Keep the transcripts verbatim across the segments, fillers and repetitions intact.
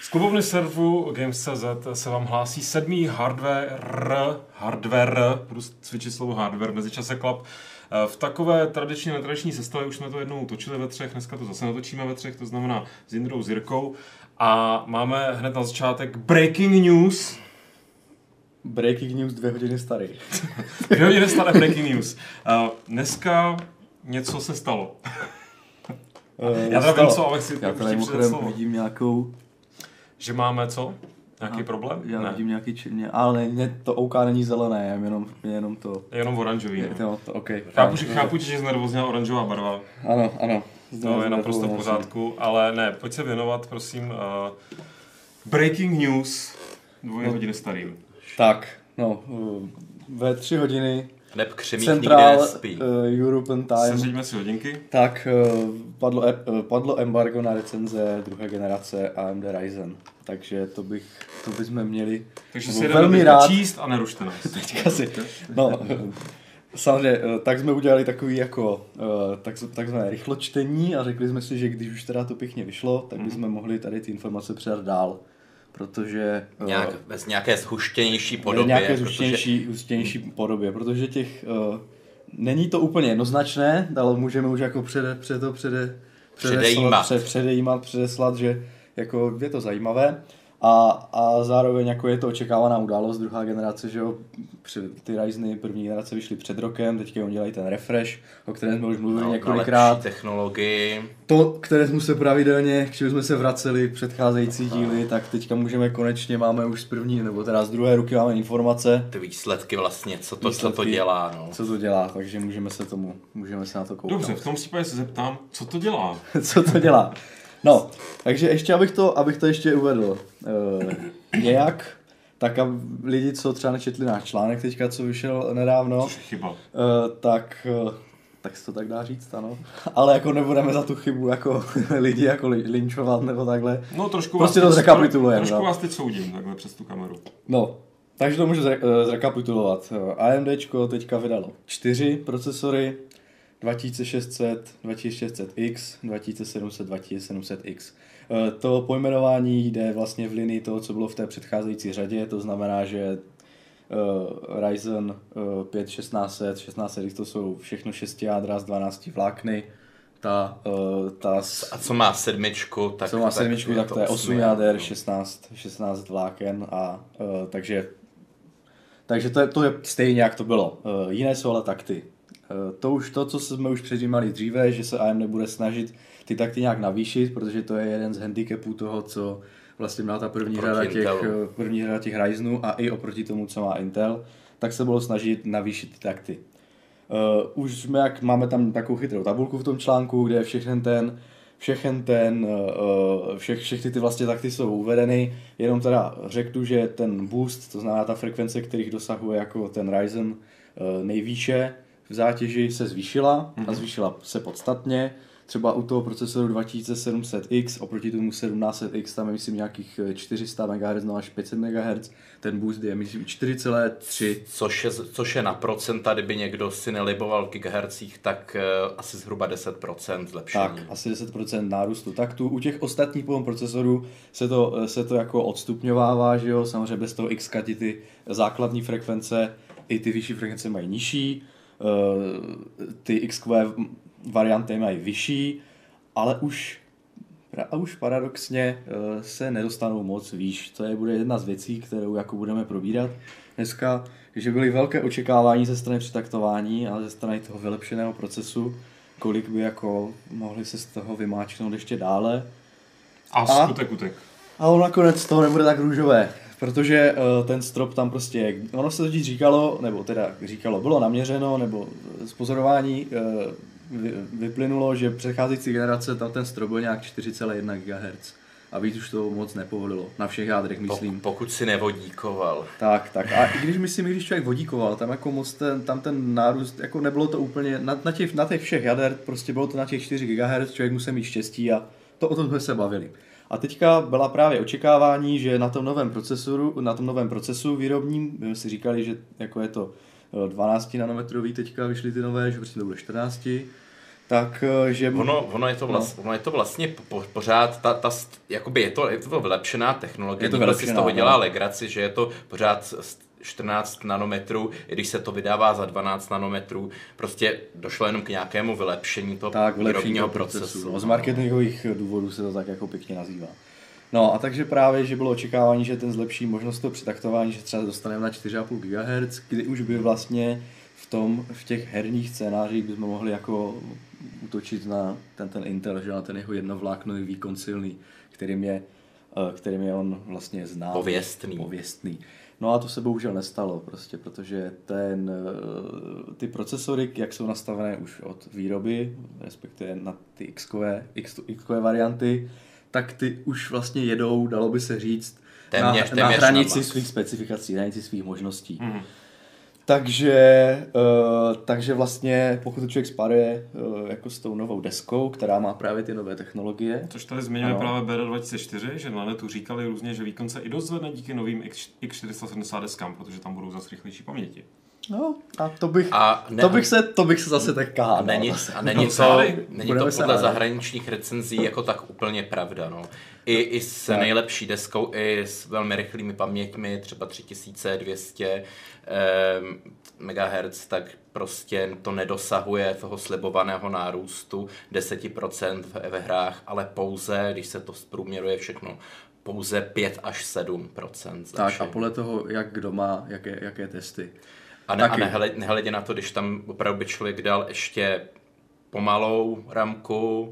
Z klubovny serveru Games tečka cé zet se vám hlásí sedmý hardware, hardware, budu cvičit slovo hardware, mezičase klap. V takové tradiční netradiční sestavě už jsme to jednou točili ve třech, dneska to zase natočíme ve třech, to znamená s Jindrou, s Jirkou. A máme hned na začátek breaking news. Breaking news dvě hodiny starý. Dvě hodiny staré breaking news. Uh, dneska něco se stalo. Uh, Já teda vím co, ale chci Já tady mimochodem vidím nějakou... Že máme co? Nějaký a, problém? Já ne. vidím nějaký černě, ale ne, to OK není zelené, je jenom, je jenom to... Je jenom oranžový. Je, no, to, okay. Chápu, že, chápu, že znervozněla oranžová barva. Ano, ano. To je naprosto v pořádku, ale ne, pojď se věnovat, prosím, uh, breaking news dvě no, hodiny starým. Tak, no, ve tři hodiny Neb křemík Central nikdy nespí. Uh, European Time. Seřadíme si hodinky. Tak uh, padlo, uh, padlo embargo na recenze druhé generace A M D Ryzen. Takže to bych, to bychom měli. Takže si velmi rád číst a nerušte nás. Teďka si, no, samozřejmě, tak jsme udělali takový jako tak, takzvané rychločtení a řekli jsme si, že když už teda to pěkně vyšlo, tak bychom mm. mohli tady ty informace předat dál. Protože... Nějak, bez nějaké zhuštěnější podobě. Nějaké zhuštěnější, protože... zhuštěnější podobě, protože těch... Uh, není to úplně jednoznačné, ale můžeme už jako přede, před to přede, předejímat. Před, předejímat, předeslat, že jako je to zajímavé. A, a zároveň jako je to očekávaná událost, druhá generace, že jo, ty Ryzeny první generace vyšly před rokem, teďka oni dělají ten refresh, o kterém jsme už mluvili no, několikrát. Technologii. To, které jsme se pravidelně, k čemu jsme se vraceli předcházející díly, tak teďka můžeme konečně, máme už z první, nebo teda z druhé ruky máme informace. Ty výsledky vlastně, co to, výsledky, co to dělá. No. Co to dělá, takže můžeme se tomu, můžeme se na to kouknout. Dobře, v tom případě se zeptám, co to dělá? Co to dělá? No, takže ještě abych to, abych to ještě uvedl e, nějak, tak a lidi, co třeba nečetli náš článek teďka, co vyšel nedávno, Což je chyba. E, tak, e, tak se to tak dá říct, ano. Ale jako nebudeme za tu chybu jako lidi jako linčovat nebo takhle. No trošku prostě vás to zrekapitulujeme. Trošku no. vás teď soudím takhle přes tu kameru. No, takže to můžu zrekapitulovat. AMDčko teďka vydalo čtyři procesory, dva tisíce šest set, dva tisíce šest set X, dva tisíce sedm set, dva tisíce sedm set X. To pojmenování jde vlastně v linii toho, co bylo v té předcházející řadě, to znamená, že uh, Ryzen uh, pět šestnáct set, šestnáct set X to jsou všechno šest jádra z dvanácti vlákny. Ta, uh, ta s... A co má sedmičku, tak, co má sedmičku, tak, tak to je osm jader, šestnáct, šestnáct vláken a uh, takže, takže to je, to je stejně, jak to bylo. Uh, jiné jsou ale takty. To už to, co jsme už předjímali dříve, že se A M D bude snažit ty takty nějak navýšit, protože to je jeden z handicapů toho, co vlastně má ta první řada těch, první řada těch Ryzenů a i oproti tomu, co má Intel, tak se budou snažit navýšit ty takty. Uh, už jsme, jak máme tam takovou chytrou tabulku v tom článku, kde všechen ten, všechen ten, uh, všech, všechny ty vlastně takty jsou uvedeny, jenom teda řeknu, že ten boost, to znamená ta frekvence, kterých dosahuje jako ten Ryzen uh, nejvýše, v zátěži se zvýšila a zvýšila se podstatně. Třeba u toho procesoru dva tisíce sedm set X oproti tomu sedmnáct set X tam je myslím nějakých čtyři sta megahertzů no až pět set megahertzů. Ten boost je myslím čtyři celá tři. Což je, což je na procenta, kdyby někdo si neliboval v gigahertzích, tak uh, asi zhruba deset procent zlepšení. Tak, asi deset procent nárůstu taktu. U těch ostatních procesorů se to, se to jako odstupňovává, že jo, samozřejmě bez toho X ty základní frekvence i ty vyšší frekvence mají nižší. Ty X Q varianty mají vyšší, ale už, a už paradoxně se nedostanou moc výš. To je bude jedna z věcí, kterou jako budeme probírat dneska, že byly velké očekávání ze strany přitaktování a ze strany toho vylepšeného procesu, kolik by jako mohli se z toho vymáčknout ještě dále. A, a skutek utek. A on nakonec toho nebude tak růžové. Protože uh, ten strop tam prostě, ono se totiž říkalo, nebo teda říkalo, bylo naměřeno, nebo z pozorování uh, vy, vyplynulo, že předcházející generace tam ten strop byl nějak čtyři celá jedna gigahertz. A víc už to moc nepovolilo, na všech jádrech myslím. Pokud si nevodíkoval. Tak, tak. A i když myslím, když člověk vodíkoval, tam jako moc ten, tam ten nárůst, jako nebylo to úplně, na, na, těch, na těch všech jader, prostě bylo to na těch čtyři gigahertz, člověk musel mít štěstí a to o tom jsme se bavili. A teďka byla právě očekávání, že na tom novém procesoru, na tom novém procesu výrobním, my si říkali, že jako je to dvanáct nanometrový, teďka vyšly ty nové, že prostě to bude čtrnáct, Tak, že... Ono, ono, je, to vlast, no. ono je to vlastně po, pořád, ta, ta, jakoby je to, je to vylepšená technologie, je to někdo vylepšená, si z toho dělá no. legraci, že je to pořád čtrnáct nanometrů, i když se to vydává za dvanáct nanometrů, prostě došlo jenom k nějakému vylepšení toho výrobního procesu. procesu. No, z marketingových důvodů se to tak jako pěkně nazývá. No a takže právě, že bylo očekávání, že ten zlepší možnost toho přetaktování, že třeba dostaneme na čtyři a půl gigahertz, kdy už by vlastně v tom, v těch herních scénářích bychom mohli jako útočit na ten, ten Intel, že na ten jeho jednovláknový výkon silný, kterým je, kterým je on vlastně znám. Pověstný. Pověstný. No a to se bohužel nestalo, prostě, protože ten, ty procesory, jak jsou nastavené už od výroby, respektive na ty X-kové, X-kové varianty, tak ty už vlastně jedou, dalo by se říct, téměř, na, téměř na hranici svých specifikací, hranici svých možností. Mm. Takže, uh, takže vlastně, pokud to člověk spáruje uh, jako s tou novou deskou, která má právě ty nové technologie. Což tady zmiňuje právě B D dva tisíce čtyři, že na netu říkali různě, že výkon se i dost zvedne díky novým X čtyři sta sedmdesát deskám, protože tam budou zase rychlejší paměti. No, a to bych, a ne, to bych, se, to bych se zase tak kahal. A není, a není no, to, není to podle se zahraničních recenzí jako tak úplně pravda. No. I, I s tak. nejlepší deskou, i s velmi rychlými paměťmi, třeba tři tisíce dvě stě eh, megahertz, tak prostě to nedosahuje toho slibovaného nárůstu deset procent ve hrách, ale pouze, když se to zprůměruje všechno, pouze pět až sedm procent. Tak a podle toho, jak kdo má, jaké, jaké testy. A, ne, a nehledě, nehledě na to, když tam opravdu by člověk dal ještě pomalou ramku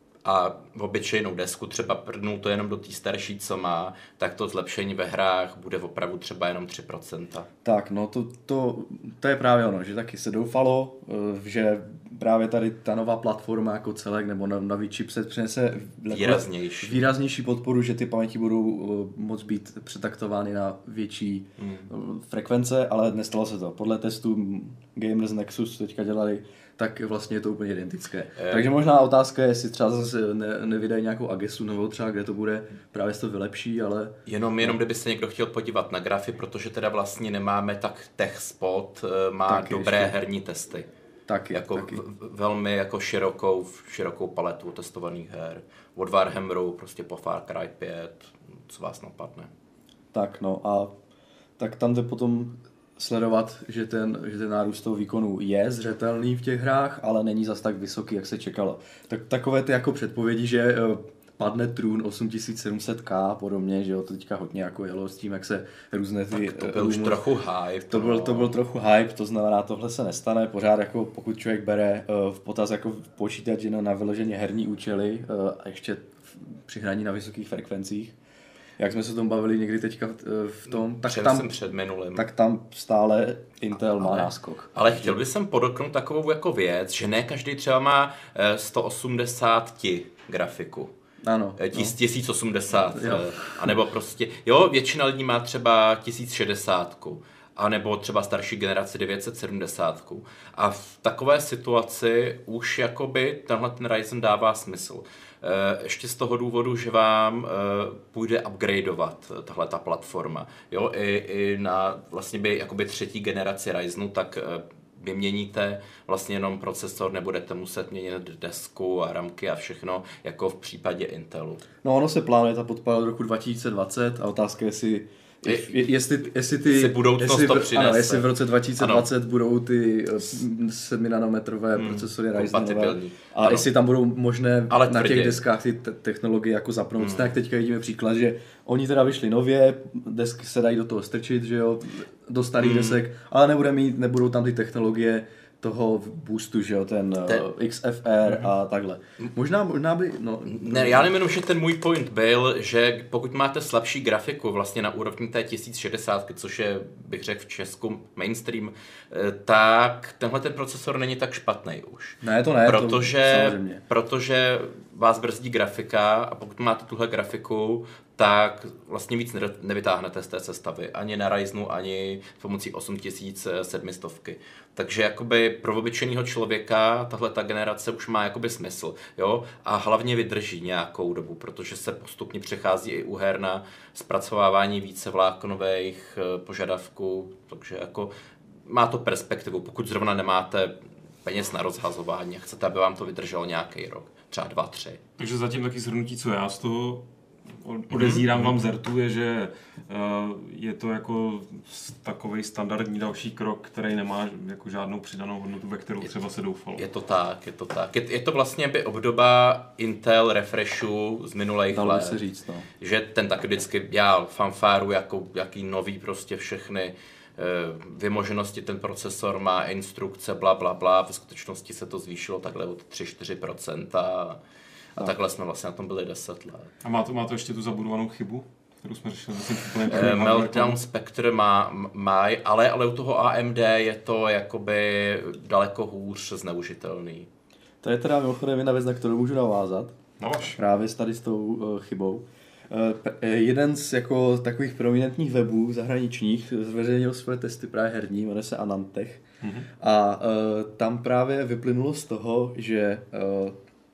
a obyčejnou desku, třeba prdnul to jenom do té starší, co má, tak to zlepšení ve hrách bude opravdu třeba jenom tři procenta. Tak, no to, to, to je právě ono, že taky se doufalo, že právě tady ta nová platforma jako celek nebo nový chipset přinese výraznější. výraznější podporu, že ty paměti budou moct být přetaktovány na větší hmm. frekvence, ale nestalo se to. Podle testů Gamers Nexus teďka dělali, tak vlastně je to úplně identické. Je. Takže možná otázka je, jestli třeba zase ne, nevydají nějakou agesu novou třeba, kde to bude právě to vylepší, ale... Jenom, jenom kdyby se někdo chtěl podívat na grafy, protože teda vlastně nemáme tak TechSpot, má tak dobré ještě. herní testy. Taky, jako taky. V, velmi jako širokou, širokou paletu testovaných her. Od Warhammeru prostě po Far Cry pět, co vás napadne. Tak no a tak tam jde potom sledovat, že ten, že ten nárůst toho výkonu je zřetelný v těch hrách, ale není zas tak vysoký, jak se čekalo. Tak takové ty jako předpovědi, že padne trůn osm tisíc sedm set K podobně, že jo, to teďka hodně jako jelo s tím, jak se různé ty... Tak to byl už trochu hype. To byl, to byl trochu hype, to znamená, tohle se nestane, pořád jako pokud člověk bere uh, v potaz jako počítač jenom na vyloženě herní účely uh, a ještě při hraní na vysokých frekvencích, jak jsme se o tom bavili někdy teďka v tom, tak tam, před minulým. tak tam stále Intel má ale, náskok. Ale chtěl bych sem podotknout takovou jako věc, že ne každý třeba má sto osmdesát grafiku. Ano. Tis, no. tisíc osmdesát. A nebo prostě, jo, většina lidí má třeba tisíc šedesát. A nebo třeba starší generace devět set sedmdesát. A v takové situaci už jakoby tenhle ten Ryzen dává smysl. Ještě z toho důvodu, že vám půjde upgradeovat tahle ta platforma. Jo, i, i na vlastně by jakoby třetí generaci Ryzenu, tak vyměníte vlastně jenom procesor, nebudete muset měnit desku a ramky a všechno, jako v případě Intelu. No ono se plánuje ta podpora do roku dva tisíce dvacet a otázka je, jestli Je, jestli, jestli ty, jestli budoucnost jestli, to přinese. Ano, jestli v roce dva tisíce dvacet ano. budou ty sedm nanometrové hmm, procesory Ryzenové a ano. jestli tam budou možné ale na těch deskách ty te- technologie jako zapnout. Hmm. Tak teďka vidíme příklad, že oni teda vyšli nově, desky se dají do toho strčit, že jo, do starých hmm. desek, ale nebude mít, nebudou tam ty technologie toho boostu, že jo, ten Te... X F R mm-hmm. a takhle. Možná, možná by, no... Ne, já nevím, že ten můj point byl, že pokud máte slabší grafiku vlastně na úrovni té tisíc šedesát, což je, bych řekl v Česku mainstream, tak tenhle ten procesor není tak špatný už. Ne, to ne, protože, to protože vás brzdí grafika a pokud máte tuhle grafiku, tak vlastně víc nevytáhnete z té sestavy. Ani na Ryzenu, ani pomocí osm tisíc sedm set. Takže jakoby pro obyčejného člověka tahle ta generace už má jakoby smysl. Jo? A hlavně vydrží nějakou dobu, protože se postupně přechází i u her na zpracovávání více vláknových požadavků. Takže jako má to perspektivu. Pokud zrovna nemáte peněz na rozhazování a chcete, aby vám to vydrželo nějaký rok, třeba dva, tři. Takže zatím taky shrnutí, co já z toho odezírám mm-hmm. vám zertu, je, že uh, je to jako takovej standardní další krok, který nemá jako žádnou přidanou hodnotu, ve kterou třeba se doufalo. Je to tak, je to tak. Je, je to vlastně by obdoba Intel refreshu z minulých let. se říct, no. Že ten tak vždycky dělal fanfáru, jako, jaký nový prostě všechny vymoženosti ten procesor má, instrukce, bla, bla, bla. V skutečnosti se to zvýšilo takhle od tři až čtyři procenta a, a no. takhle jsme vlastně na tom byli deset let. A má to, má to ještě tu zabudovanou chybu, kterou jsme řešili? Myslím, uh, Meltdown Spectre má, má ale, ale u toho A M D je to jakoby daleko hůř zneužitelný. To je teda mimochodem jedna věc, na kterou můžu navázat. Navaž. Právě s tady s tou uh, chybou. Uh, jeden z jako takových prominentních webů zahraničních zveřejnil své testy právě herní, jmenuje se Anantech. Mm-hmm. A uh, tam právě vyplynulo z toho, že uh,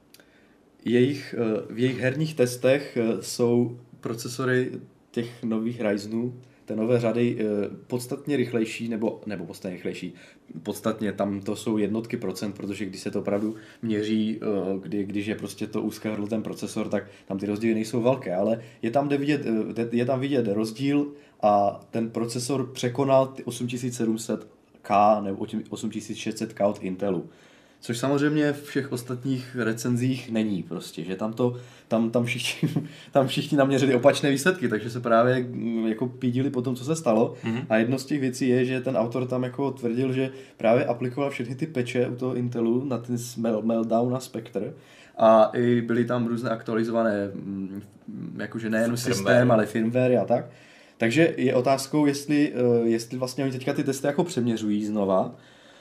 jejich, uh, v jejich herních testech uh, jsou procesory těch nových Ryzenů, té nové řady uh, podstatně rychlejší, nebo, nebo podstatně rychlejší. Podstatně tam to jsou jednotky procent, protože když se to opravdu měří, kdy, když je prostě to úzké hrdlo ten procesor, tak tam ty rozdíly nejsou velké, ale je tam vidět, je tam vidět rozdíl a ten procesor překonal ty osm tisíc sedm set K nebo osm tisíc šest set K od Intelu. Což samozřejmě v všech ostatních recenzích není prostě, že tam to, tam, tam všichni, tam všichni naměřili opačné výsledky, takže se právě jako pídili po tom, co se stalo. Mm-hmm. A jedno z těch věcí je, že ten autor tam jako tvrdil, že právě aplikoval všechny ty peče u toho Intelu na ten Meltdown a Spectre a i byly tam různé aktualizované, jakože nejen systém, ale firmware a tak. Takže je otázkou, jestli, jestli vlastně oni teďka ty testy jako přeměřují znova,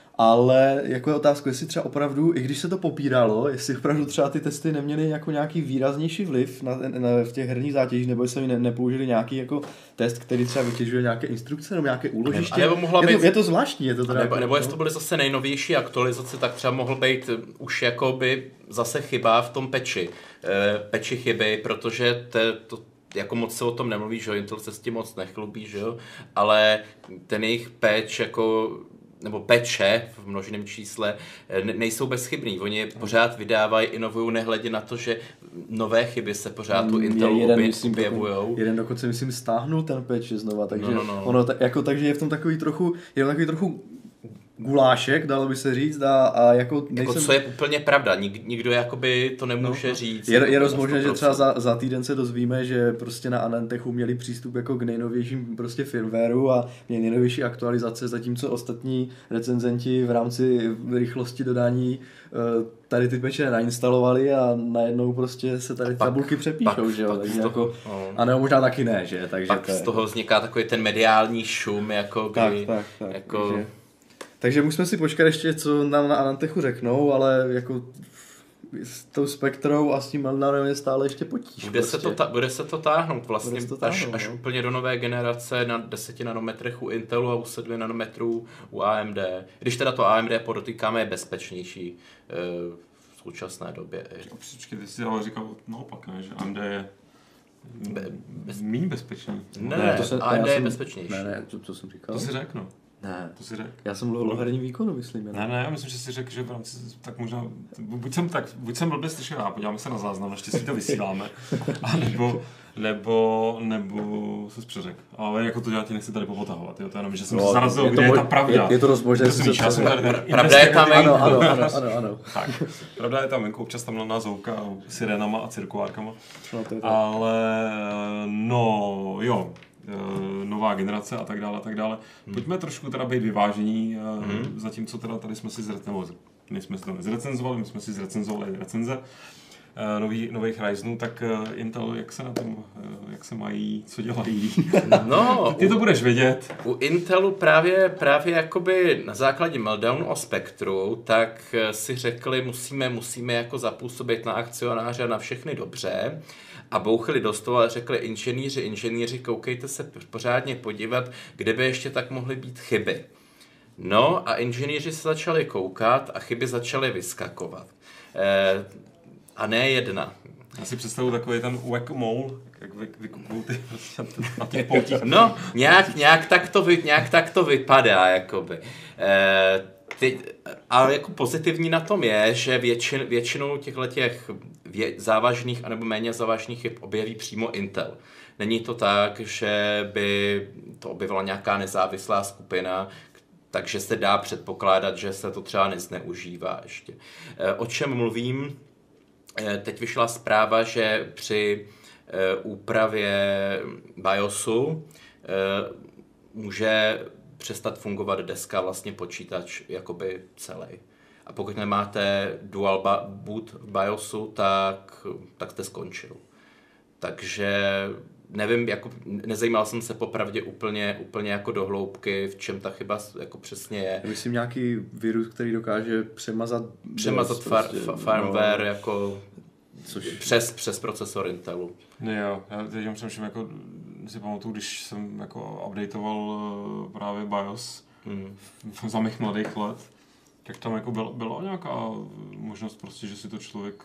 ale jako je otázka, jestli třeba opravdu, i když se to popíralo, jestli opravdu třeba ty testy neměly jako nějaký výraznější vliv na, na, v těch herních zátěžích, nebo jestli ne, nepoužili nějaký jako test, který třeba vytěžuje nějaké instrukce nebo nějaké úložiště. Nebo mohla je, být, to, je to zvláštní. Je to teda nebo, jako, nebo jestli to byly zase nejnovější aktualizace, tak třeba mohl být už jakoby zase chyba v tom peči. E, peči chyby, protože te, to jako moc se o tom nemluví, že Intel se s tím moc nechlubí, že jo, ale ten jejich patch jako nebo peče v množném čísle nejsou bezchybný. Oni pořád vydávají, inovují, nehledě na to, že nové chyby se pořád u Intelu objevujou. Jeden dokonce, myslím, stáhnul ten peč znova, takže no, no, no. ono ta, jako, takže je v tom takový trochu, je takový trochu gulášek, dalo by se říct, a, a jako nejsem... Jako co je úplně pravda, Nik, nikdo jakoby to nemůže no, říct. Je, je rozmožné, že třeba za, za týden se dozvíme, že prostě na Anantechu měli přístup jako k nejnovějším prostě firmwareu a měli nejnovější aktualizace, zatímco ostatní recenzenti v rámci rychlosti dodání tady ty peče nainstalovali a najednou prostě se tady pak, tabulky přepíšou, pak, že jo, takže jako, no. A nebo možná taky ne, že, takže pak to je... z toho vzniká takový ten mediální šum, jako kdy, tak, tak, tak, jako... Takže... Takže musíme si počkat ještě, co nám na Anantechu řeknou, ale jako s tou Spectrou a s tím Meltdownem je stále ještě potíž. Bude, prostě. se, to ta, bude se to táhnout vlastně to až, táhnout, až no. úplně do nové generace na deseti nanometrech u Intelu a u sedmi nanometrů u A M D. Když teda to A M D podotýkáme je bezpečnější e, v současné době. Počkej, ty jsi ale říkal naopak, ne, že A M D je Be, bez... méně bezpečný. Ne, ne, to se, A M D je jsem, bezpečnější. Ne, ne, to, to jsem říkal. To si řekl, no. Ne, to si řekl. Já jsem mluvil o herním výkonu, myslím. Ne, ne, já myslím, že si řekl, že v rámci, tak možná, buď jsem, tak, buď jsem blbě slyšel, já podíváme se na záznam, naštěstí to vysíláme, a nebo, nebo, nebo se přeřekl. Ale jako to já ti nechci tady popotahovat, jo, to jenom, že jsem no, se zarazil, kde je ta pravda. Je, je to dost možné, že se přeřekl. Pravda je tam venku. Ano, ano, ano, ano, ano. Tak, pravda je tam venku, občas tam na nás houká sirénama a cirkulárkama, no, to je to. Ale no, jo. Nová generace a tak dále, a tak dále. Hmm. Pojďme trošku teda být vyvážení, hmm. zatímco teda tady jsme si zrecenzovali, my jsme si to nezrecenzovali, my jsme si zrecenzovali recenze nový, nových Ryzenů, tak Intel, jak se na tom, jak se mají, co dělají? No, ty to budeš vědět. U Intelu právě, právě jakoby na základě Meltdownu a Spectru, tak si řekli, musíme, musíme jako zapůsobit na akcionáře a na všechny dobře. A bouchli do stolu a řekli inženýři, inženýři, koukejte se pořádně podívat, kde by ještě tak mohly být chyby. No a inženýři se začali koukat a chyby začaly vyskakovat. E, a ne jedna. Já si představuji takový ten whack-a-mole, jak vykupou ty na těch poutích. No, nějak, nějak, tak to vy, nějak tak to vypadá, jakoby. E, Ty, ale jako pozitivní na tom je, že většin, většinou těchto těch vě, závažných anebo méně závažných chyb objeví přímo Intel. Není to tak, že by to objevila nějaká nezávislá skupina, takže se dá předpokládat, že se to třeba nezneužívá ještě. O čem mluvím? Teď vyšla zpráva, že při úpravě BIOSu může přestat fungovat deska, vlastně počítač jakoby celý. A pokud nemáte dual boot v BIOSu, tak, tak jste skončil. Takže nevím, jako, nezajímal jsem se popravdě úplně, úplně jako do hloubky, v čem ta chyba jako přesně je. Myslím nějaký virus, který dokáže přemazat... Přemazat far, prostě, firmware no, jako což... přes, přes procesor Intelu. No jo, já teď přemýšlím, jako si pamatuju, když jsem jako updateoval právě BIOS hmm. za mých mladých let, tak tam jako byla, byla nějaká možnost prostě, že si to člověk...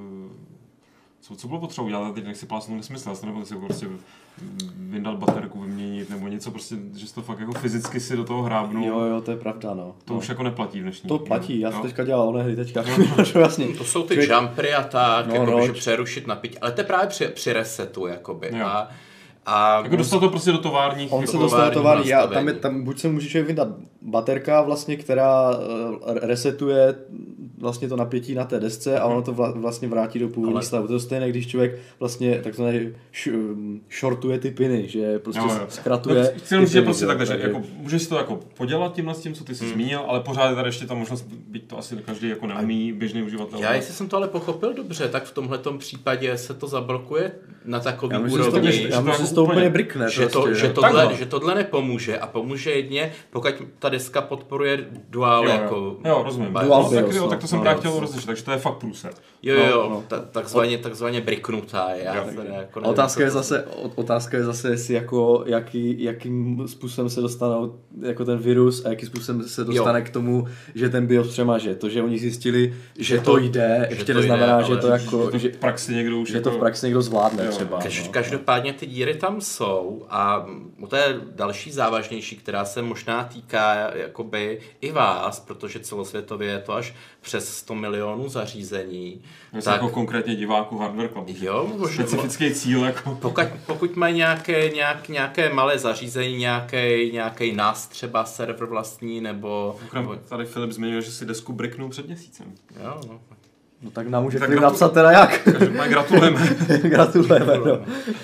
Co, co bylo potřeba udělat, teď nechci plásnout nesmysl, nebo si prostě vyndat baterku, vyměnit, nebo něco prostě, že jsi to fakt jako fyzicky si do toho hrábnul. Jo, jo, to je pravda, no. To no. už jako neplatí v dnešní. To platí, já jsem teďka dělal one hry teďka. Vlastně. To jsou ty člověk... jumpery a tak, no, jako, no. že přerušit napětí, ale to je právě při, při resetu, jakoby. Jo. A, a jako dostal to prostě do továrních. On se dostal do továrních, já, tam, je, tam buď se může člověk vydat baterka vlastně, která resetuje vlastně to napětí na té desce a ono to vla, vlastně vrátí do původní ale... stavu. To je stejné, když člověk vlastně takzvaně shortuje ty piny, že prostě jo, jo. zkratuje. No, chci říct, že prostě takhle, že jako, můžeš to jako podělat tímhle s tím, co ty jsi hmm. zmínil, ale pořád je tady ještě ta možnost, byť to asi každý jako neumí běžný uživatel. Já, jestli jsem to ale pochopil dobře, tak v tomhletom případě se to zablokuje na takový já úrovni. Já myslím, že to úplně brikne. Že, to, že, tohle, že tohle nepomůže a pomůže jedně, pokud ta deska podporuje dual jo, jako... Jo, rozumím. Dual no, BIOS, tak, jo, no, tak to jsem no, právě chtěl rozlišit, takže to je fakt průser. Jo, jo, jo, no, no. Ta, takzvaně, takzvaně briknutá je. Já jako nevím, otázka, je zase, otázka je zase, jestli jako, jaký, jakým způsobem se dostanou jako ten virus a jakým způsobem se dostane jo. k tomu, že ten BIOS přemaže. To, že oni zjistili, že, že to jde, že ještě to neznamená, jde, že to jako... Že to v praxi někdo už že to v praxi někdo zvládne jo. třeba. Kaž, no. Každopádně ty díry tam jsou a to je další závažnější, která se možná týká jakoby i vás, protože celosvětově je to až přes sto milionů zařízení. Tak jako konkrétně diváků Hardware Club. Jo, možná. Specifický cíl jako. Pokud, pokud mají nějaké, nějak, nějaké malé zařízení, nějaký, nějaký N A S třeba server vlastní, nebo... nebo... Tady Filip zmiňuje, že si desku briknul před měsícem. Jo, no. No tak nám může Filip napsat teda jak. Gratulujeme. Gratulujeme, no.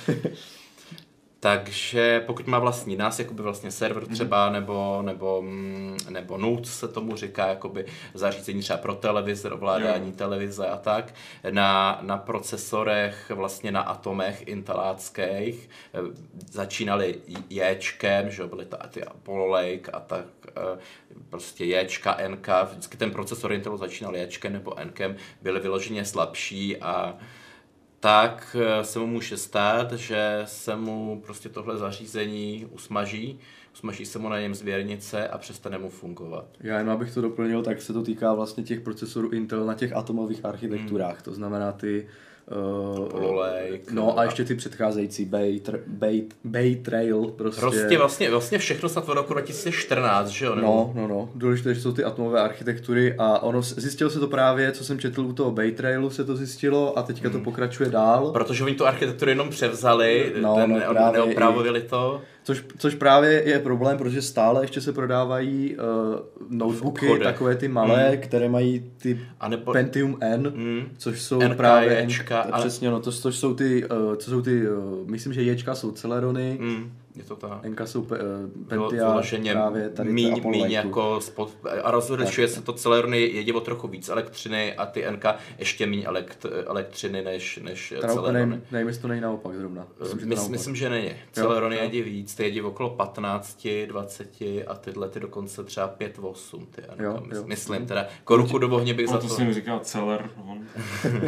Takže pokud má vlastní N A S, jakoby vlastně server třeba, nebo, nebo, nebo Node se tomu říká, jakoby zařízení třeba pro televize, ovládání jo. televize a tak, na, na procesorech, vlastně na atomech inteláckých, začínali Jčkem, že byly ta, ty Apollo Lake a tak, prostě Jčka, Nka, vždycky ten procesor Intelu začínal Jčkem nebo Nkem, byly vyloženě slabší a tak se mu může stát, že se mu prostě tohle zařízení usmaží, usmaží se mu na něm zvěrnice a přestane mu fungovat. Já jen abych to doplnil, tak se to týká vlastně těch procesorů Intel na těch atomových architekturách, hmm. to znamená ty Uh, Lake, no a ještě ty předcházející Bay, Bay, Bay Trail prostě. Prostě vlastně, vlastně všechno snad od roku dva tisíce čtrnáct, že jo? Nebo... No, no, no. Důležité, že jsou ty atomové architektury a ono zjistilo se to právě, co jsem četl u toho Bay Trailu, se to zjistilo a teďka hmm. to pokračuje dál. Protože oni tu architekturu jenom převzali, no, ten, no, neopravovali to. Což, což právě je problém, protože stále ještě se prodávají uh, notebooky, takové ty malé, mm. které mají ty nebo... Pentium N, mm. což jsou N K, právě Jčka, N, ale... přesně, no, to, to jsou ty, uh, co jsou ty, uh, myslím, že Jčka jsou Celerony, mm. je to tak. Nka jsou uh, Pentia, právě tady míň, míň jako spod, a rozlišuje se to Celerony jedí o trochu víc elektřiny a ty Nka ještě míň elekt, elektřiny než, než Celerony. Nevím, jestli to není naopak zrovna. Myslím, že, Mys, naopak. myslím, že není. Celerony jedí víc, ty jedí okolo patnáct, dvacet a tyhle ty dokonce třeba pět osm. Ty Nka, jo, jo. Myslím, teda koruku do ohně bych no, za to. to... To si mi říká Celer.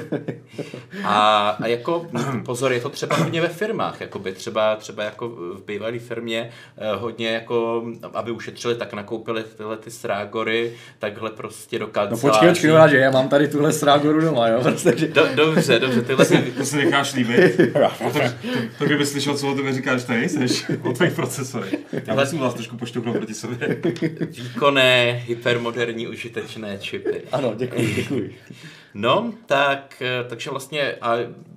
a, a jako pozor, je to třeba hodně ve firmách, jakoby třeba, třeba jako v bývalé firmě hodně jako, aby ušetřili, tak nakoupili tyhle ty srágory, takhle prostě do kanceláří. No počkej, počkej, že já mám tady tuhle srágoru doma, jo? Takže... Do, dobře, dobře, tyhle si... To si necháš líbit. to, to, to kdyby slyšel, co o tebe říkáš, tady nejseš, o tvých procesorech. Já musím vás trošku pošťouknout proti sobě. Výkonné, hypermoderní, užitečné čipy. Ano, děkuji, děkuji. No, tak, takže vlastně a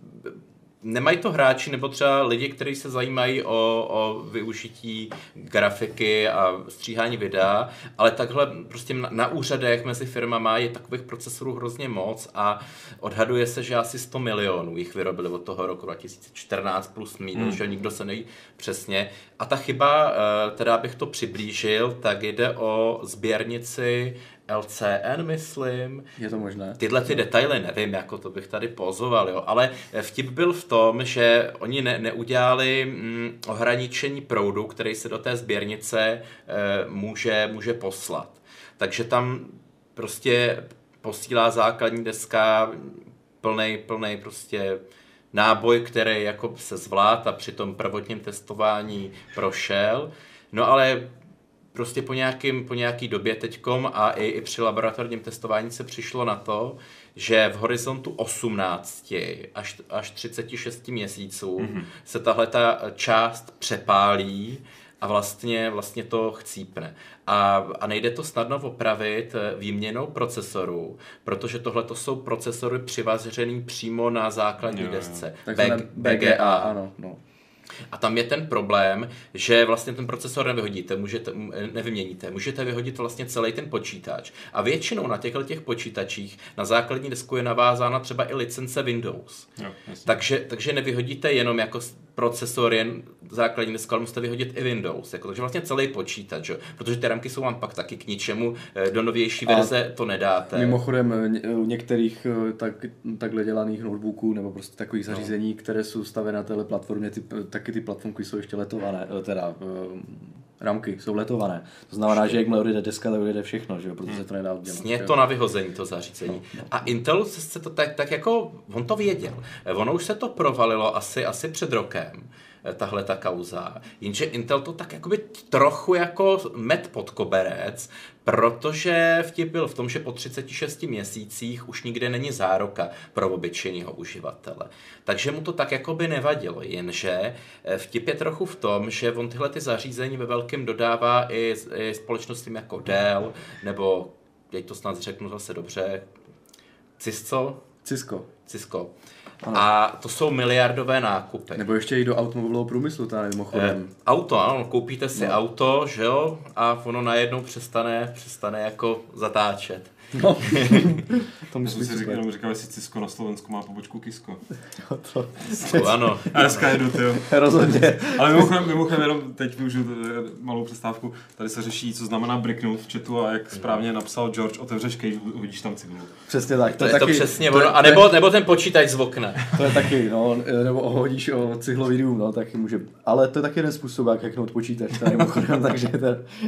nemají to hráči nebo třeba lidi, kteří se zajímají o, o využití grafiky a stříhání videa, ale takhle prostě na, na úřadech mezi firmama je takových procesorů hrozně moc a odhaduje se, že asi sto milionů jich vyrobili od toho roku dva tisíce čtrnáct plus minus, hmm. že nikdo se neví přesně. A ta chyba, teda abych to přiblížil, tak jde o sběrnici L C N, myslím. Je to možné. Tyhle ty detaily nevím, jako to bych tady pozoval, jo. Ale vtip byl v tom, že oni ne, neudělali mm, ohraničení proudu, který se do té sběrnice e, může, může poslat. Takže tam prostě posílá základní deska plnej, plnej prostě náboj, který jako se zvlád a při tom prvotním testování prošel. No ale prostě po, nějakým, po nějaký době teďkom a i, i při laboratorním testování se přišlo na to, že v horizontu osmnáct až, až třicet šest měsíců mm-hmm. se tahle ta část přepálí a vlastně, vlastně to chcípne. A, a nejde to snadno opravit výměnou procesorů, protože tohle to jsou procesory přivařený přímo na základní jo, desce. Takzvané B G A, ano. No. A tam je ten problém, že vlastně ten procesor nevyhodíte, můžete, nevyměníte, můžete vyhodit vlastně celý ten počítač. A většinou na těchto těch počítačích na základní desku je navázána třeba i licence Windows. Jo, takže, takže nevyhodíte jenom jako procesor, jen základní desku, ale musíte vyhodit i Windows. Jako, takže vlastně celý počítač, jo? Protože ty ramky jsou vám pak taky k ničemu, do novější verze a to nedáte. Mimochodem u některých tak, takhle dělaných notebooků nebo prostě takových zařízení, no. které jsou stavěné na téhle platformě, ty, taky ty platformky jsou ještě letované, teda ramky jsou letované. To znamená, že jakmile odjede deska, tak odjede všechno, že jo? Protože se to nedá udělat. Je to na vyhození, to zařízení. No, no. A Intel se to tak, tak jako, on to věděl. Ono už se to provalilo asi, asi před rokem, tahle ta kauza. Jenže Intel to tak jakoby trochu jako met pod koberec, protože vtip byl v tom, že po třiceti šesti měsících už nikde není záruka pro obyčejného uživatele. Takže mu to tak jakoby nevadilo, jenže vtip je trochu v tom, že on tyhle ty zařízení ve velkém dodává i, i společnostím jako Dell, nebo, teď to snad řeknu zase dobře, Cisco? Cisco. Cisco. Ano. A to jsou miliardové nákupy. Nebo ještě i do automobilového průmyslu, tady mimochodem. E, auto, ano, koupíte si no. auto, že jo, a ono najednou přestane, přestane jako zatáčet. No. To musím si říkat, jenom říkal, jestli Cisco na Slovensku má pobočku Kisko. Jo, to... Cisco, ano. A dneska jedu, tyjo. Rozhodně. Ale mimochodem, mimochodem jenom teď využiju malou přestávku. Tady se řeší, co znamená bricknout v chatu a jak správně napsal George, otevřeš case, uvidíš tam cibulu. Přesně tak. To, to je taky, to přesně ono. A nebo, nebo ten počítač z okna. To je taky, no, nebo ohodíš o cihlový dům, no, taky může. Ale to je taky jeden způsob, jak hacknout počítač, tady mimochodem, takže to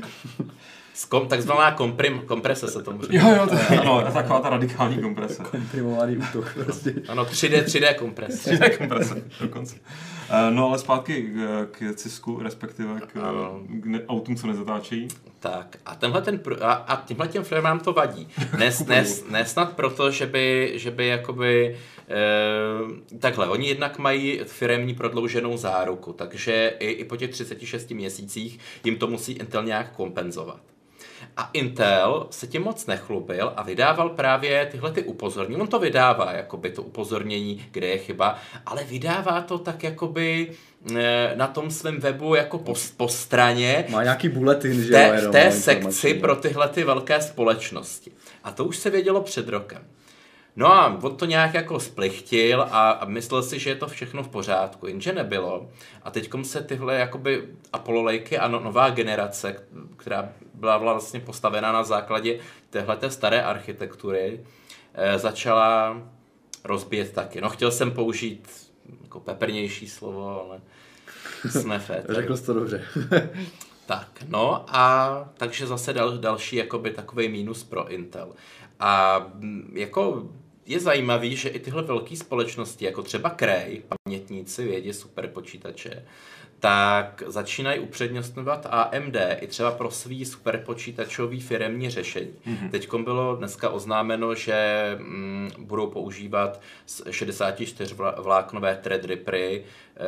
Kom, takzvaná komprim, komprese se tomu říká. Jo, jo, to je, ano, taková ta radikální komprese. Komprimovaný útok prostě. Ano, tři dé, tři dé komprese. tři dé komprese, dokonce. No ale zpátky k, k Cisku, respektive k, k ne, autům, co nezatáčejí. Tak a, tenhle ten, a, a tímhle těm firmám to vadí. Nes, nes, nesnad proto, že by, že by jakoby, e, takhle, oni jednak mají firemní prodlouženou záruku, takže i, i po těch třiceti šesti měsících jim to musí Intel nějak kompenzovat. A Intel se tím moc nechlubil a vydával právě tyhle ty upozornění. On to vydává, jakoby to upozornění, kde je chyba, ale vydává to tak jakoby na tom svém webu jako po, po straně. Má nějaký bulletin, že jo? V té sekci pro tyhle ty velké společnosti. A to už se vědělo před rokem. No a on to nějak jako splichtil a, a myslel si, že je to všechno v pořádku, jenže nebylo. A teďkom se tyhle jakoby Apollo Lakey a no, nová generace, která byla vlastně postavená na základě téhleté staré architektury, e, začala rozbíjet taky. No chtěl jsem použít jako peprnější slovo, ale jsme fér. Řekl jsi to dobře. Tak, no a takže zase dal, další jakoby takovej mínus pro Intel. A jako je zajímavý, že i tyhle velké společnosti, jako třeba Cray, pamětníci vědě superpočítače, tak začínají upřednostňovat A M D i třeba pro svý superpočítačový firemní řešení. Mm-hmm. Teďkom bylo dneska oznámeno, že mm, budou používat šedesát čtyři vláknové Threadrippery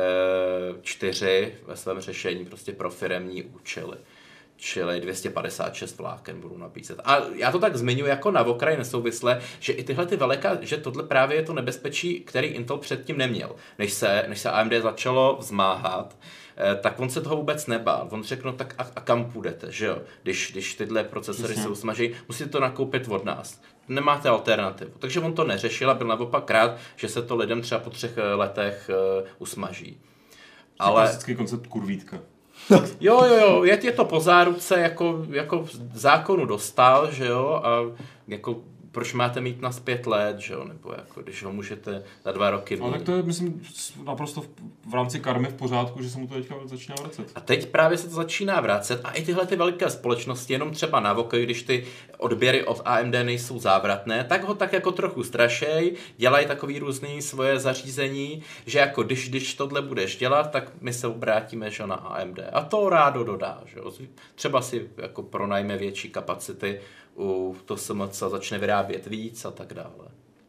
čtyři ve svém řešení prostě pro firemní účely. Čili dvě stě padesát šest vláken budou nabízet. A já to tak zmiňuji jako na okraj nesouvisle, že i tyhle ty veliká, že tohle právě je to nebezpečí, který Intel předtím neměl. Než se, než se A M D začalo vzmáhat, tak on se toho vůbec nebál. On řekl, no tak a, a kam půjdete, že jo? Když, když tyhle procesory se usmaží, musíte to nakoupit od nás. Nemáte alternativu. Takže on to neřešil a byl naopak rád, že se to lidem třeba po třech letech uh, usmaží. Ale klasický koncept kurvítka. Jo, jo, jo, je, je to po záruce, jako, jako zákonu dostal, že jo, a jako proč máte mít na pět let, že jo, nebo jako, když ho můžete za dva roky mít. Ale tak to je, myslím, naprosto v, v rámci karmy v pořádku, že se mu to teďka začíná vracet. A teď právě se to začíná vracet a i tyhle ty velké společnosti, jenom třeba na oko, když ty odběry od A M D nejsou závratné, tak ho tak jako trochu strašej, dělají takový různý svoje zařízení, že jako když, když tohle budeš dělat, tak my se obrátíme, že na A M D. A to rádo dodá, že jo. Třeba si jako pronajme větší kapacity, u to S M C začne vyrábět víc a tak dále.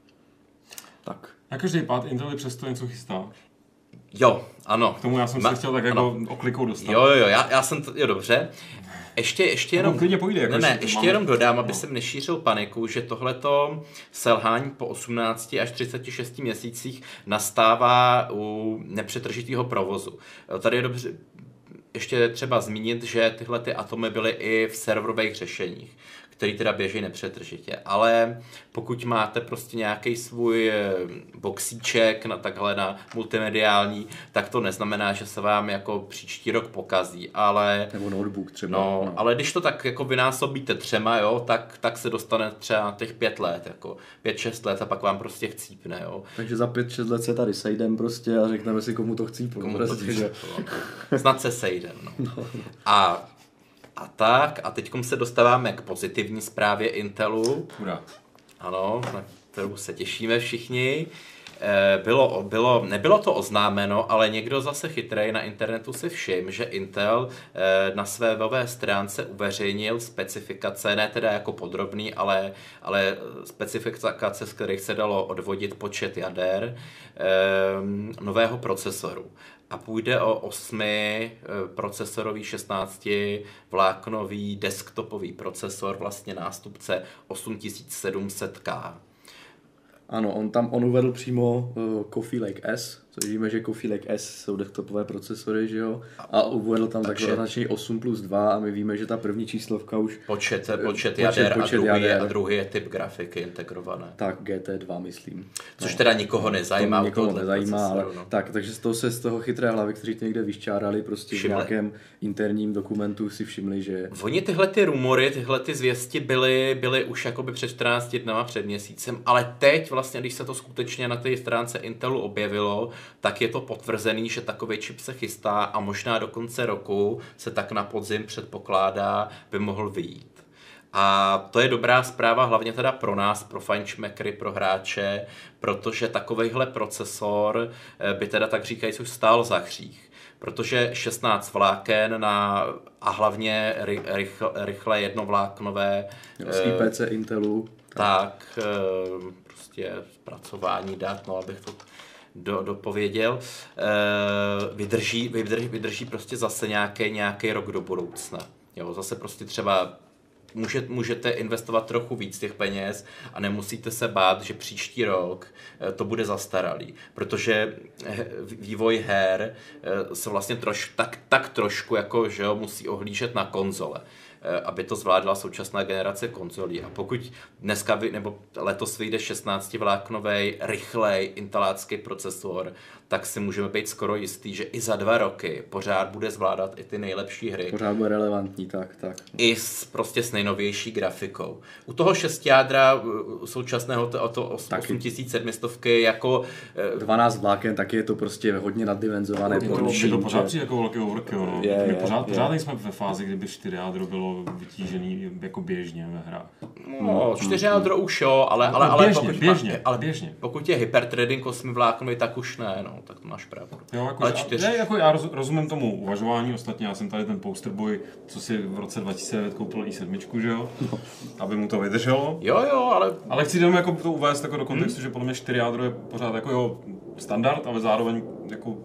Tak. Na každý pád Intel přesto něco chystá. Jo, ano. K tomu já jsem Ma, se chtěl tak ano. jako oklikou dostat. Jo, jo, já, já jsem to, jo, dobře. Ještě, ještě jenom, no, klidně pojde, jako ne, ne, ještě máme... jenom dodám, aby no. jsem nešířil paniku, že tohleto selhání po osmnácti až třiceti šesti měsících nastává u nepřetržitého provozu. Tady je dobře ještě třeba zmínit, že tyhle ty atomy byly i v serverových řešeních, který teda běží nepřetržitě. Ale pokud máte prostě nějaký svůj boxíček na takhle na multimediální, tak to neznamená, že se vám jako příští rok pokazí, ale... Nebo notebook třeba. No, no. Ale když to tak jako vynásobíte třema, jo, tak, tak se dostane třeba na těch pět let, jako pět, šest let a pak vám prostě chcípne, jo. Takže za pět, šest let se tady sejdem prostě a řekneme si, komu to chcípne. Komu prostě, to chcípne, no. Snad se sejdem, no. no, no. A A tak, a teďkom se dostáváme k pozitivní zprávě Intelu. Hurá. Ano, na kterou se těšíme všichni. Bylo, bylo, nebylo to oznámeno, ale někdo zase chytrej na internetu si všiml, že Intel na své webové stránce uveřejnil specifikace, ne teda jako podrobný, ale, ale specifikace, z kterých se dalo odvodit počet jader nového procesoru. A půjde o osmi procesorový šestnácti vláknový desktopový procesor, vlastně nástupce osm tisíc sedm set K. Ano, on tam on uvedl přímo uh, Coffee Lake S, což víme, že Coffee Lake S jsou desktopové procesory, že jo? A uvedl tam takové označení osm plus dva a my víme, že ta první číslovka už... Počet, počet jader, počet, počet a, druhý jader. Je, a druhý je typ grafiky integrované. Tak, G T dva, myslím. Což no, teda nikoho nezajímá. To nikoho nezajímá, ale no. Tak, takže z toho se z toho chytré hlavy, kteří to někde vyščárali, prostě všimli. V nějakém interním dokumentu si všimli, že... Oni tyhle ty rumory, tyhle ty zvěsti byly, byly už jakoby před čtrnácti dnama, před měsícem, ale teď vlastně, když se to skutečně na té stránce Intelu objevilo, tak je to potvrzený, že takový čip se chystá a možná do konce roku se tak na podzim předpokládá, by mohl vyjít. A to je dobrá zpráva hlavně teda pro nás, pro fajnšmekry, pro hráče, protože takovejhle procesor by teda tak říkajíc už stál za hřích. Protože šestnáct vláken na, a hlavně ry, rychle, rychle jednovláknové z I P C Intelu. Tak, prostě zpracování dat, no abych to do, dopověděl, vydrží, vydrží, vydrží prostě zase nějaký, nějaký rok do budoucna. Jo, zase prostě třeba Může, můžete investovat trochu víc těch peněz a nemusíte se bát, že příští rok to bude zastaralý, protože vývoj her se vlastně troš, tak, tak trošku jako, že jo, musí ohlížet na konzole, aby to zvládla současná generace konzolí. A pokud dneska vy, nebo letos vyjde šestnáctivláknový rychlej intelácký procesor, tak si můžeme být skoro jistý, že i za dva roky pořád bude zvládat i ty nejlepší hry. Pořád bude relevantní, tak, tak. I s, prostě s nejnovější grafikou. U toho šestijádra současného to, to osm tisíc sedm set jako... dvanáct vláken, tak je to prostě hodně naddimenzované. To, to, to pořád přijde jako velký overkill, no. Je, je, pořád, je. pořád nejsme ve fázi, kdyby čtyři jádro bylo jádro vytížený jako běžně ve hrách. No, čtyři jádro už jo, ale, ale, ale, běžně, pokud, běžně, má, ale běžně. pokud je hyperthreading osmi vláknový, tak už ne, no, tak to máš pravdu. Jo, jako, ale čtyři... já, jako já roz, rozumím tomu uvažování, ostatně já jsem tady ten posterboy, co si v roce dva tisíce devět koupil i sedm, že jo, aby mu to vydrželo. Jo, jo, ale... Ale chci jenom jako to uvést jako do kontextu, hmm. že podle mě čtyři jádro je pořád jako jo, standard, ale zároveň jako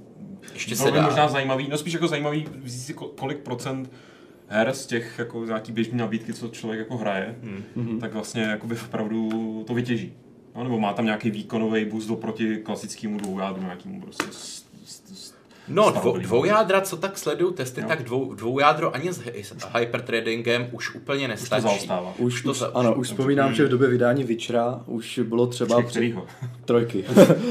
ještě se dá. Možná zajímavý, no spíš jako zajímavý vzít si kolik procent her z těch jako nějaký běžný nabídky, co člověk jako hraje, hmm. tak vlastně jakoby opravdu to vytěží. No, nebo má tam nějaký výkonový boost oproti klasickému dvoujádru nějakému prostě s, s, s, No, dvou, dvoujádra, co tak sledují testy, jo. tak dvou, dvoujádro ani s, s hyperthreadingem už úplně nestačí. Už to zaostává. Už, už to už, za, ano, už vzpomínám, že v době vydání Witchera už bylo třeba... Kterýho? Trojky.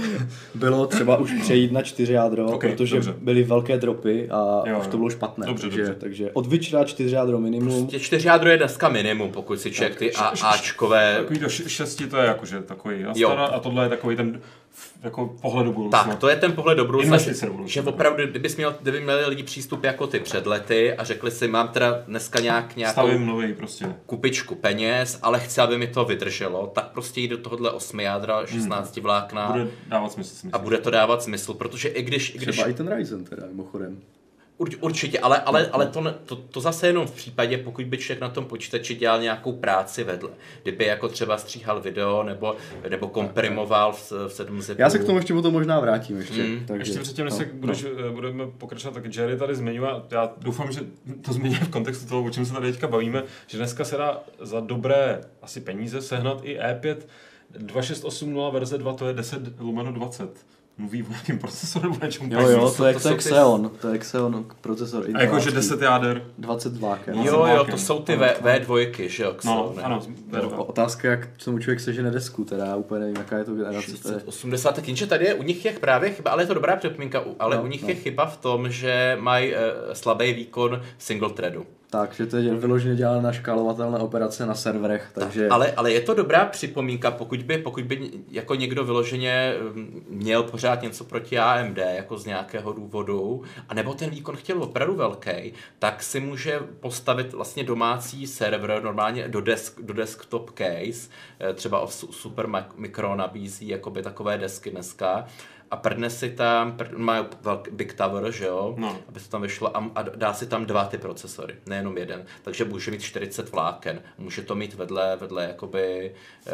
Bylo třeba už přejít na čtyři jádro, okay, protože dobře. byly velké dropy a jo, už to bylo špatné. Dobře, takže, dobře. takže od Witchera čtyři jádro minimum. Prostě čtyři jádro je dneska minimum, pokud si člověk ty Ačkové... Takový do šesti to je jakože takový Astara a tohle je takový ten jako pohled do budoucna. Tak, to je ten pohled do budoucna, že, že opravdu, kdybys měl, kdyby měli lidi přístup jako ty před lety a řekli si, mám teda dneska nějak nějakou nový prostě. kupičku peněz, ale chci, aby mi to vydrželo, tak prostě jít do tohohle osmi jádra, šestnácti vlákna. Bude dávat smysl, smysl. A bude to dávat smysl, protože i když... I když třeba i ten Ryzen teda, mimochodem. Určitě, ale, ale, ale to, to, to zase jenom v případě, pokud by člověk na tom počítači dělal nějakou práci vedle. Kdyby jako třeba stříhal video nebo, nebo komprimoval v, v sedm zipu. Já se k tomu ještě potom možná vrátím. Ještě, mm. takže, ještě předtím, než no, se budeš, no. budeme pokračovat, tak Jerry tady zmiňuje, já doufám, že to změní v kontextu toho, o čem se tady teďka bavíme, že dneska se dá za dobré asi peníze sehnat i E pět dva šest osm nula verze dva, to je deset lomeno dvacet. Mluví o nějakém procesoru nebo něčem. Jo, jo, to je, to je Xeon, to je Xeon procesor. A jakože deset jáder. dvacet vláken. Jo, jo, to jsou ty vé dvojky, že jo, Xeon. No, ano, no, otázka, jak tomu člověk sežene desku, teda já úplně nevím, jaká je to generace. šest osmdesát, tak jenže tady je, u nich je právě chyba, ale je to dobrá připomínka, ale no, u nich no. je chyba v tom, že mají uh, slabý výkon single threadu. Takže to je vyloženě dělané na škálovatelné operace na serverech, takže... Tak, ale, ale je to dobrá připomínka, pokud by, pokud by jako někdo vyloženě měl pořád něco proti A M D, jako z nějakého důvodu, anebo ten výkon chtěl opravdu velký, tak si může postavit vlastně domácí server normálně do, desk, do desktop case, třeba Supermicro nabízí jakoby takové desky dneska, a prdne si tam, prdne, má velký Big Tower, že jo, no. aby se tam vyšlo a, a dá si tam dva ty procesory, nejenom jeden, takže může mít čtyřicet vláken, může to mít vedle, vedle jakoby e,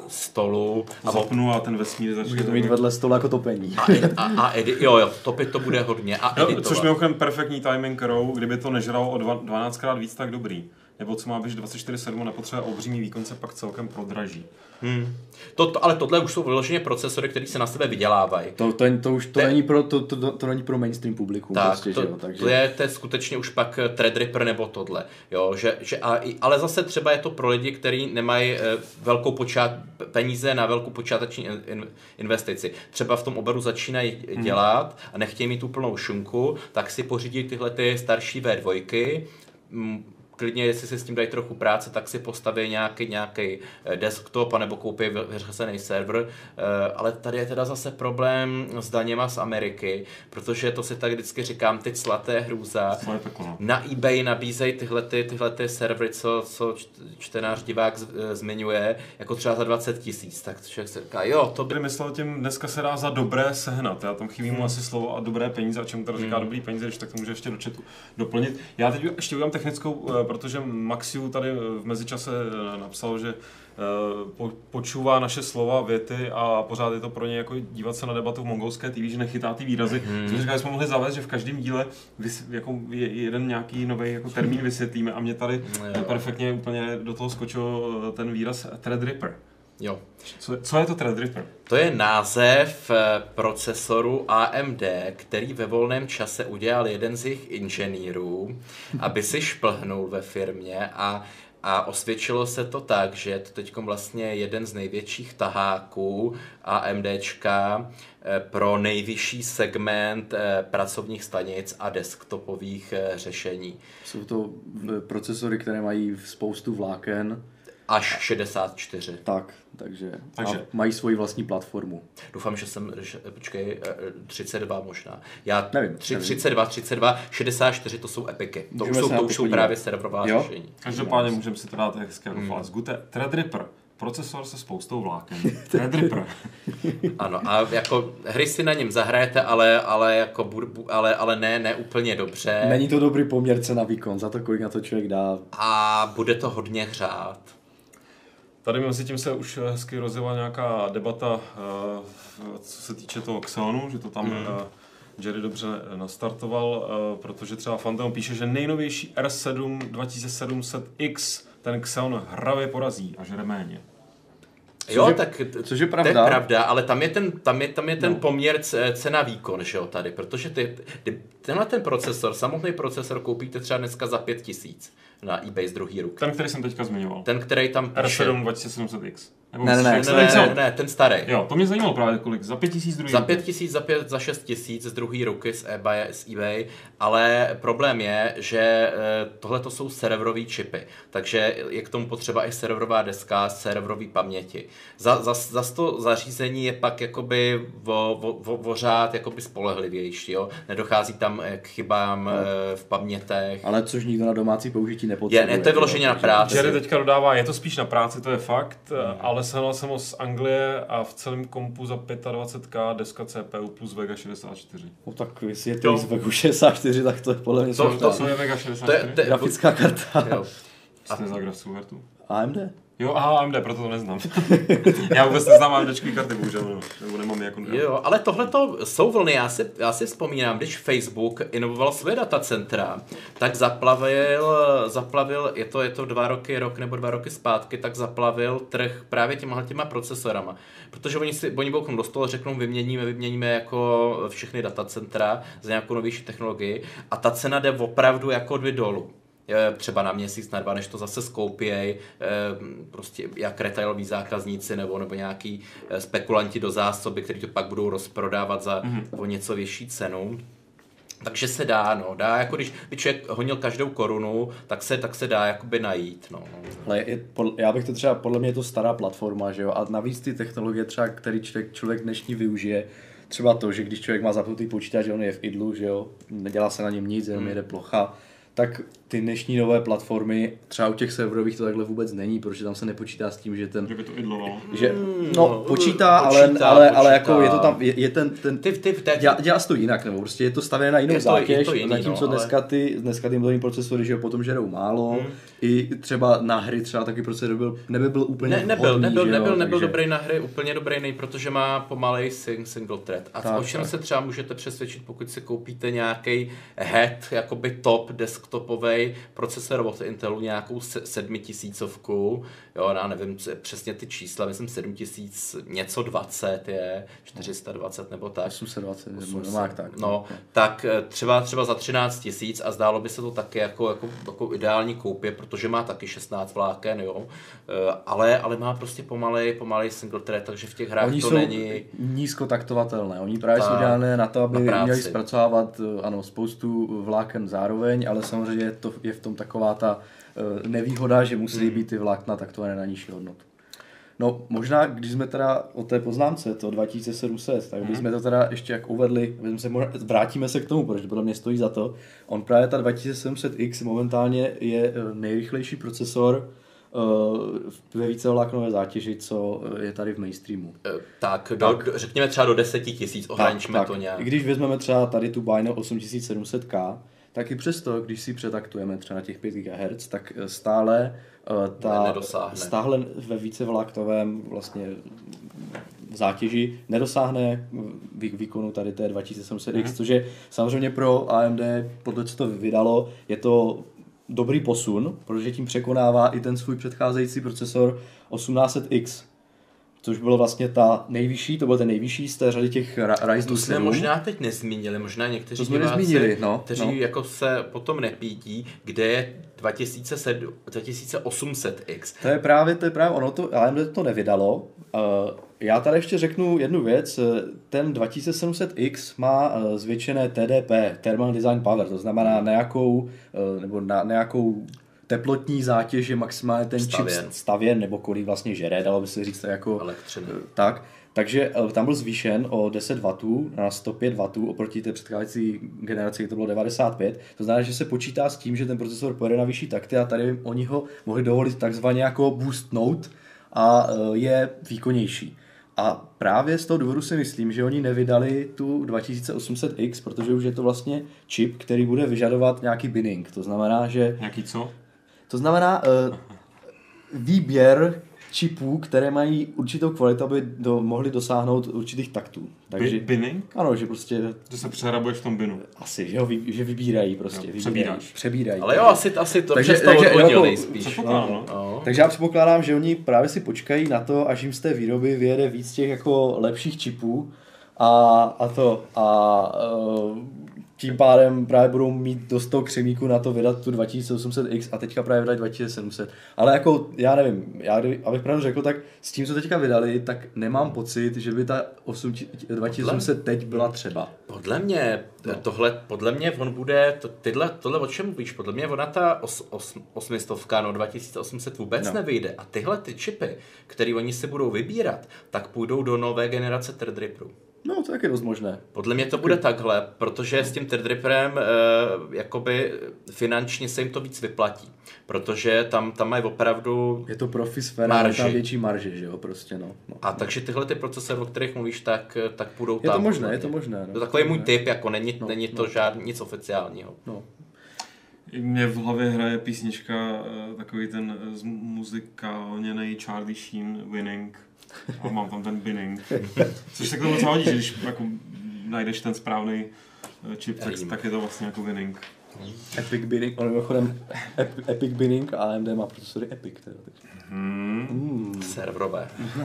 stolu. A zapnu a ten vesmír začne. Může to mít vedle stolu jako topení. A, a, a edi, jo, jo, topit to bude hodně a no, což mimochodem perfektní timing row, kdyby to nežralo o dvanáctkrát víc, tak dobrý. Nebo co má být dvacet čtyři sedm, nepotřebuje obřímý výkon, se pak celkem prodraží. Hmm. To, to, ale tohle už jsou vyloženě procesory, které se na sebe vydělávají. To, to, to už to, Te... není pro, to, to, to není pro mainstream publikum. Tak, prostě, to, že jo, takže... to, je, to je skutečně už pak Threadripper nebo tohle. Jo, že, že, a, ale zase třeba je to pro lidi, kteří nemají eh, velkou počát, peníze na velkou počáteční in, investici. Třeba v tom oboru začínají hmm. dělat a nechtějí mít úplnou šunku, tak si pořídí tyhle ty starší vé dva. M, klidně, jestli si s tím dají trochu práce, tak si postaví nějaký, nějaký desktop anebo koupí vyřazený server, ale tady je teda zase problém s daněma z Ameriky, protože to si tak vždycky říkám, ty claté hrůza. Na eBay nabízejí tyhle, ty, tyhle ty servery, co, co čtenář divák zmiňuje, jako třeba za dvacet tisíc, tak člověk se říká, jo, to by... Myslel tím, dneska se dá za dobré sehnat, já tam chybí mu hmm. asi slovo a dobré peníze, a čemu teda říká hmm. dobrý peníze, když tak to může ještě do chatu doplnit. Já teď ještě udělám technickou, protože Maxiu tady v mezičase napsal, že po, počůvá naše slova, věty a pořád je to pro ně jako dívat se na debatu v mongolské T V, že nechytá ty výrazy. Hmm. Jsme říkali, že jsme mohli zavést, že v každém díle vys, jako je jeden nějaký nový jako termín vysvětlíme a mě tady hmm. perfektně úplně do toho skočil ten výraz Threadripper. Jo. Co, co je to Threadripper? To je název procesoru A M D, který ve volném čase udělal jeden z jejich inženýrů, aby si šplhnul ve firmě a A osvědčilo se to tak, že je to teď vlastně jeden z největších taháků AMDčka pro nejvyšší segment pracovních stanic a desktopových řešení. Jsou to procesory, které mají spoustu vláken. až šedesát čtyři. Tak, takže, takže. A mají svoji vlastní platformu. Doufám, že jsem, že, počkej, třicet dva možná. Já nevím, tři, nevím. třicet dva, třicet dva, šedesát čtyři to jsou epiky. To Můžeme už jsou, to už jsou právě serverová jo? řešení. Každopádně můžeme si to dát hezké do fals. Gute, Threadripper. Procesor se spoustou vláken. Threadripper. Ano, a jako hry si na něm zahrajete, ale, ale, jako, bu, bu, ale, ale ne, ne úplně dobře. Není to dobrý poměr cena výkon, za to, kolik na to člověk dá. A bude to hodně hřát. Tady mezi tím se už hezky rozjela nějaká debata, co se týče toho Xeonu, že to tam mm. Jerry dobře nastartoval, protože třeba Phantom píše, že nejnovější R sedm dvacet sedm set X ten Xeon hravě porazí a žere méně. Jo, je, tak což je pravda. To je pravda, ale tam je ten, tam je, tam je ten no. poměr cena výkon, že jo, tady, protože ty, ty, tenhle ten procesor, samotný procesor koupíte třeba dneska za pět tisíc na eBay z druhý ruky. Ten, který jsem teďka zmiňoval. Ten, který tam píše. R sedm dvacet sedm set X. Ne, ne, ne, ne, ne, ne, ten starý. Jo, to mě zajímalo právě kolik, za pět tisíc druhý Za pět tisíc, za pět, za šest tisíc z druhý ruky z eBay, z eBay, ale problém je, že tohle to jsou serverový čipy, takže je k tomu potřeba i serverová deska, serverový paměti. Za, za, za to zařízení je pak jakoby vo, vo, vo, vořád jakoby spolehlivější, jo? Nedochází tam k chybám no. v pamětech. Ale což nikdo na domácí použití nepotřebuje. Je, ne, to je vyloženě na práci. Jerry teďka dodává, je to spíš na práci, to je fakt, hmm. ale sehnal jsem ho z Anglie a v celém kompu za dvacet pět ká deska C P U plus Vega šedesát čtyři. No tak jestli je to z Vega šedesát čtyři, tak to je podle mě to, to, to je Vega šedesát čtyři? To je, to je, grafická karta. Jo. Jste zagraf hertu? A M D? Jo, aha, A M D, proto to neznám. Já vůbec neznám AMDčkový karty, bohužel, no. Nebo nemám jako... Jo, ale tohle to jsou vlny. Já si, já si vzpomínám, když Facebook inovoval své datacentra, tak zaplavil, zaplavil je, to, je to dva roky, rok nebo dva roky zpátky, tak zaplavil trh právě těma těma procesorama. Protože oni si, oni bouknou do stolu, řeknou, vyměníme, vyměníme jako všechny datacentra za nějakou novější technologii a ta cena jde opravdu jako dvě dolů. Třeba na měsíc, na dva, než to zase skoupěj, prostě jak retailoví zákazníci nebo, nebo nějaký spekulanti do zásoby, kteří to pak budou rozprodávat za mm-hmm. o něco větší cenu. Takže se dá, no, dá, jako když by člověk honil každou korunu, tak se, tak se dá jakoby najít, no. Ale je, pod, já bych to třeba, podle mě je to stará platforma, že jo, a navíc ty technologie třeba, který člověk, člověk dnešní využije, třeba to, že když člověk má zapnutý počítač, že on je v idlu, že jo, nedělá se na něm nic, jenom mm. jede plocha, tak ty dnešní nové platformy, třeba u těch serverových to takhle vůbec není, protože tam se nepočítá s tím, že ten... Že by to idlovalo. Že, no, počítá, ale, počítá, ale, počítá. ale jako je to tam, je, je ten, ten ty, ty, ty, dělá, dělá to jinak, nebo prostě je to stavěné na jinou je to, zátěž, je to jiný, zatímco no, dneska ale... ty, dneska ty moderní procesory, že jo, potom žerou málo, hmm. i třeba na hry třeba taky procesor byl, nebyl byl úplně ne, nebyl, vhodný, nebyl, že jo, nebyl, nebyl takže... dobrý na hry, úplně dobrý nej, protože má pomalej sing, single thread. A tak, o čem tak. se třeba můžete přesvědčit, pokud si koupíte nějaký head, jakoby top desktopovej procesor od Intelu, nějakou sedmitisícovku, jo, já nevím přesně ty čísla, myslím sedm tisíc něco dvacet je, čtyři sta dvacet nebo tak. osm set dvacet, osm set, tak, tak. No, no, tak třeba, třeba za třináct tisíc a zdálo by se to taky jako, jako, jako ideální koupě, protože má taky šestnáct vláken, jo, ale, ale má prostě pomalej, pomalej single thread, takže v těch hrách oni to jsou není... nízkotaktovatelné, oni právě Ta, jsou dělané na to, aby na měli zpracovávat ano, spoustu vláken zároveň, ale samozřejmě to je v tom taková ta nevýhoda, že musí hmm. být ty vlákna taktované na nižší hodnotu. No možná, když jsme teda o té poznámce, to dva tisíce sedm set, tak bychom to teda ještě jak uvedli, se možná, vrátíme se k tomu, protože podle mě stojí za to. On právě ta dva tisíce sedm set X momentálně je nejrychlejší procesor ve vícevláknové zátěži, co je tady v mainstreamu. Tak, do, tak. řekněme třeba do deset tisíc, ohraničme to nějak. I když vezmeme třeba tady tu Bino osm tisíc sedm set K, tak i přesto, když si přetaktujeme třeba na těch pět gigahertzů, tak stále ta stále ve vícevláknovém vlastně zátěži nedosáhne výkonu tady té dva tisíce sedm set X, mm-hmm. což je samozřejmě pro A M D, podle co to vydalo, je to dobrý posun, protože tím překonává i ten svůj předcházející procesor osmnáct set X. Což bylo vlastně ta nejvyšší, to byl ten nejvyšší z té řady těch Ryzen To jsme možná teď nezmínili, možná někteří diváci, no, kteří no. jako se potom nepítí, kde je dva tisíce osm set X. To je právě, to je právě ono, to A M D to nevydalo. Já tady ještě řeknu jednu věc, ten dva tisíce sedm set X má zvětšené T D P, Thermal Design Power, to znamená nějakou, nebo na nějakou teplotní zátěž je maximálně ten Stavěn. čip stavěn, nebo kolik vlastně žere, dalo by se říct jako elektřiny. Tak, takže tam byl zvýšen o deset wattů na sto pět wattů oproti té předcházející generaci, to bylo devadesát pět. To znamená, že se počítá s tím, že ten procesor pojede na vyšší takty a tady oni ho mohli dovolit takzvaně jako boostnout a je výkonnější. A právě z toho důvodu si myslím, že oni nevydali tu dva tisíce osm set X, protože už je to vlastně čip, který bude vyžadovat nějaký binning. To znamená, že... Nějaký co? To znamená uh, výběr čipů, které mají určitou kvalitu, aby do, mohli dosáhnout určitých taktů. Takže, binning? Ano, že prostě... Že se přehrabuješ v tom binu. Asi, že ho vy, že vybírají prostě. No, vybírají, přebíráš. Přebírají. Ale jo, asi, asi to takže, přestalo takže, odvodil jako, nejspíš. No, No. no. Takže já předpokládám, že oni právě si počkají na to, až jim z té výroby vyjede víc těch jako lepších čipů a, a to a uh, tím pádem právě budou mít dost toho křemíku na to vydat tu dva tisíce osm set X a teďka právě vydat dva tisíce sedm set. Ale jako, já nevím, já kdyby, abych pravdu řekl, tak s tím, co teďka vydali, tak nemám pocit, že by ta dva tisíce osm set teď byla třeba. Podle mě, No. tohle, podle mě on bude, to, tyhle, tohle o čem mluvíš, podle mě ona ta os, os, osmistovka, no dva tisíce osm set vůbec No. nevyjde. A tyhle ty čipy, které oni si budou vybírat, tak půjdou do nové generace Threadripperů. No, to je taky dost možné. Podle mě to bude takhle, protože s tím Threadripperem e, jakoby finančně se jim to víc vyplatí, protože tam, tam mají opravdu Je to profi sféra, marži. tam větší marže, že jo, prostě no. no. A takže tyhle ty procesory, o kterých mluvíš, tak, tak půjdou Je tam. to možné, podle je to mě. možné. No. To je takový můj možné. tip, jako není, No, není to no. žádný nic oficiálního. No. Mě v hlavě hraje písnička, eh, takový ten eh, zmuzikálněnej Charlie Sheen Winning. A mám tam ten binning. Což se k tomu docela hodí, že když jako najdeš ten správný eh, čip, tak, tak je to vlastně jako winning. Epic Binning, on mimochodem Ep- Epic Binning a A M D má procesory Epic. Teda. Hmm. Mm. Serverové.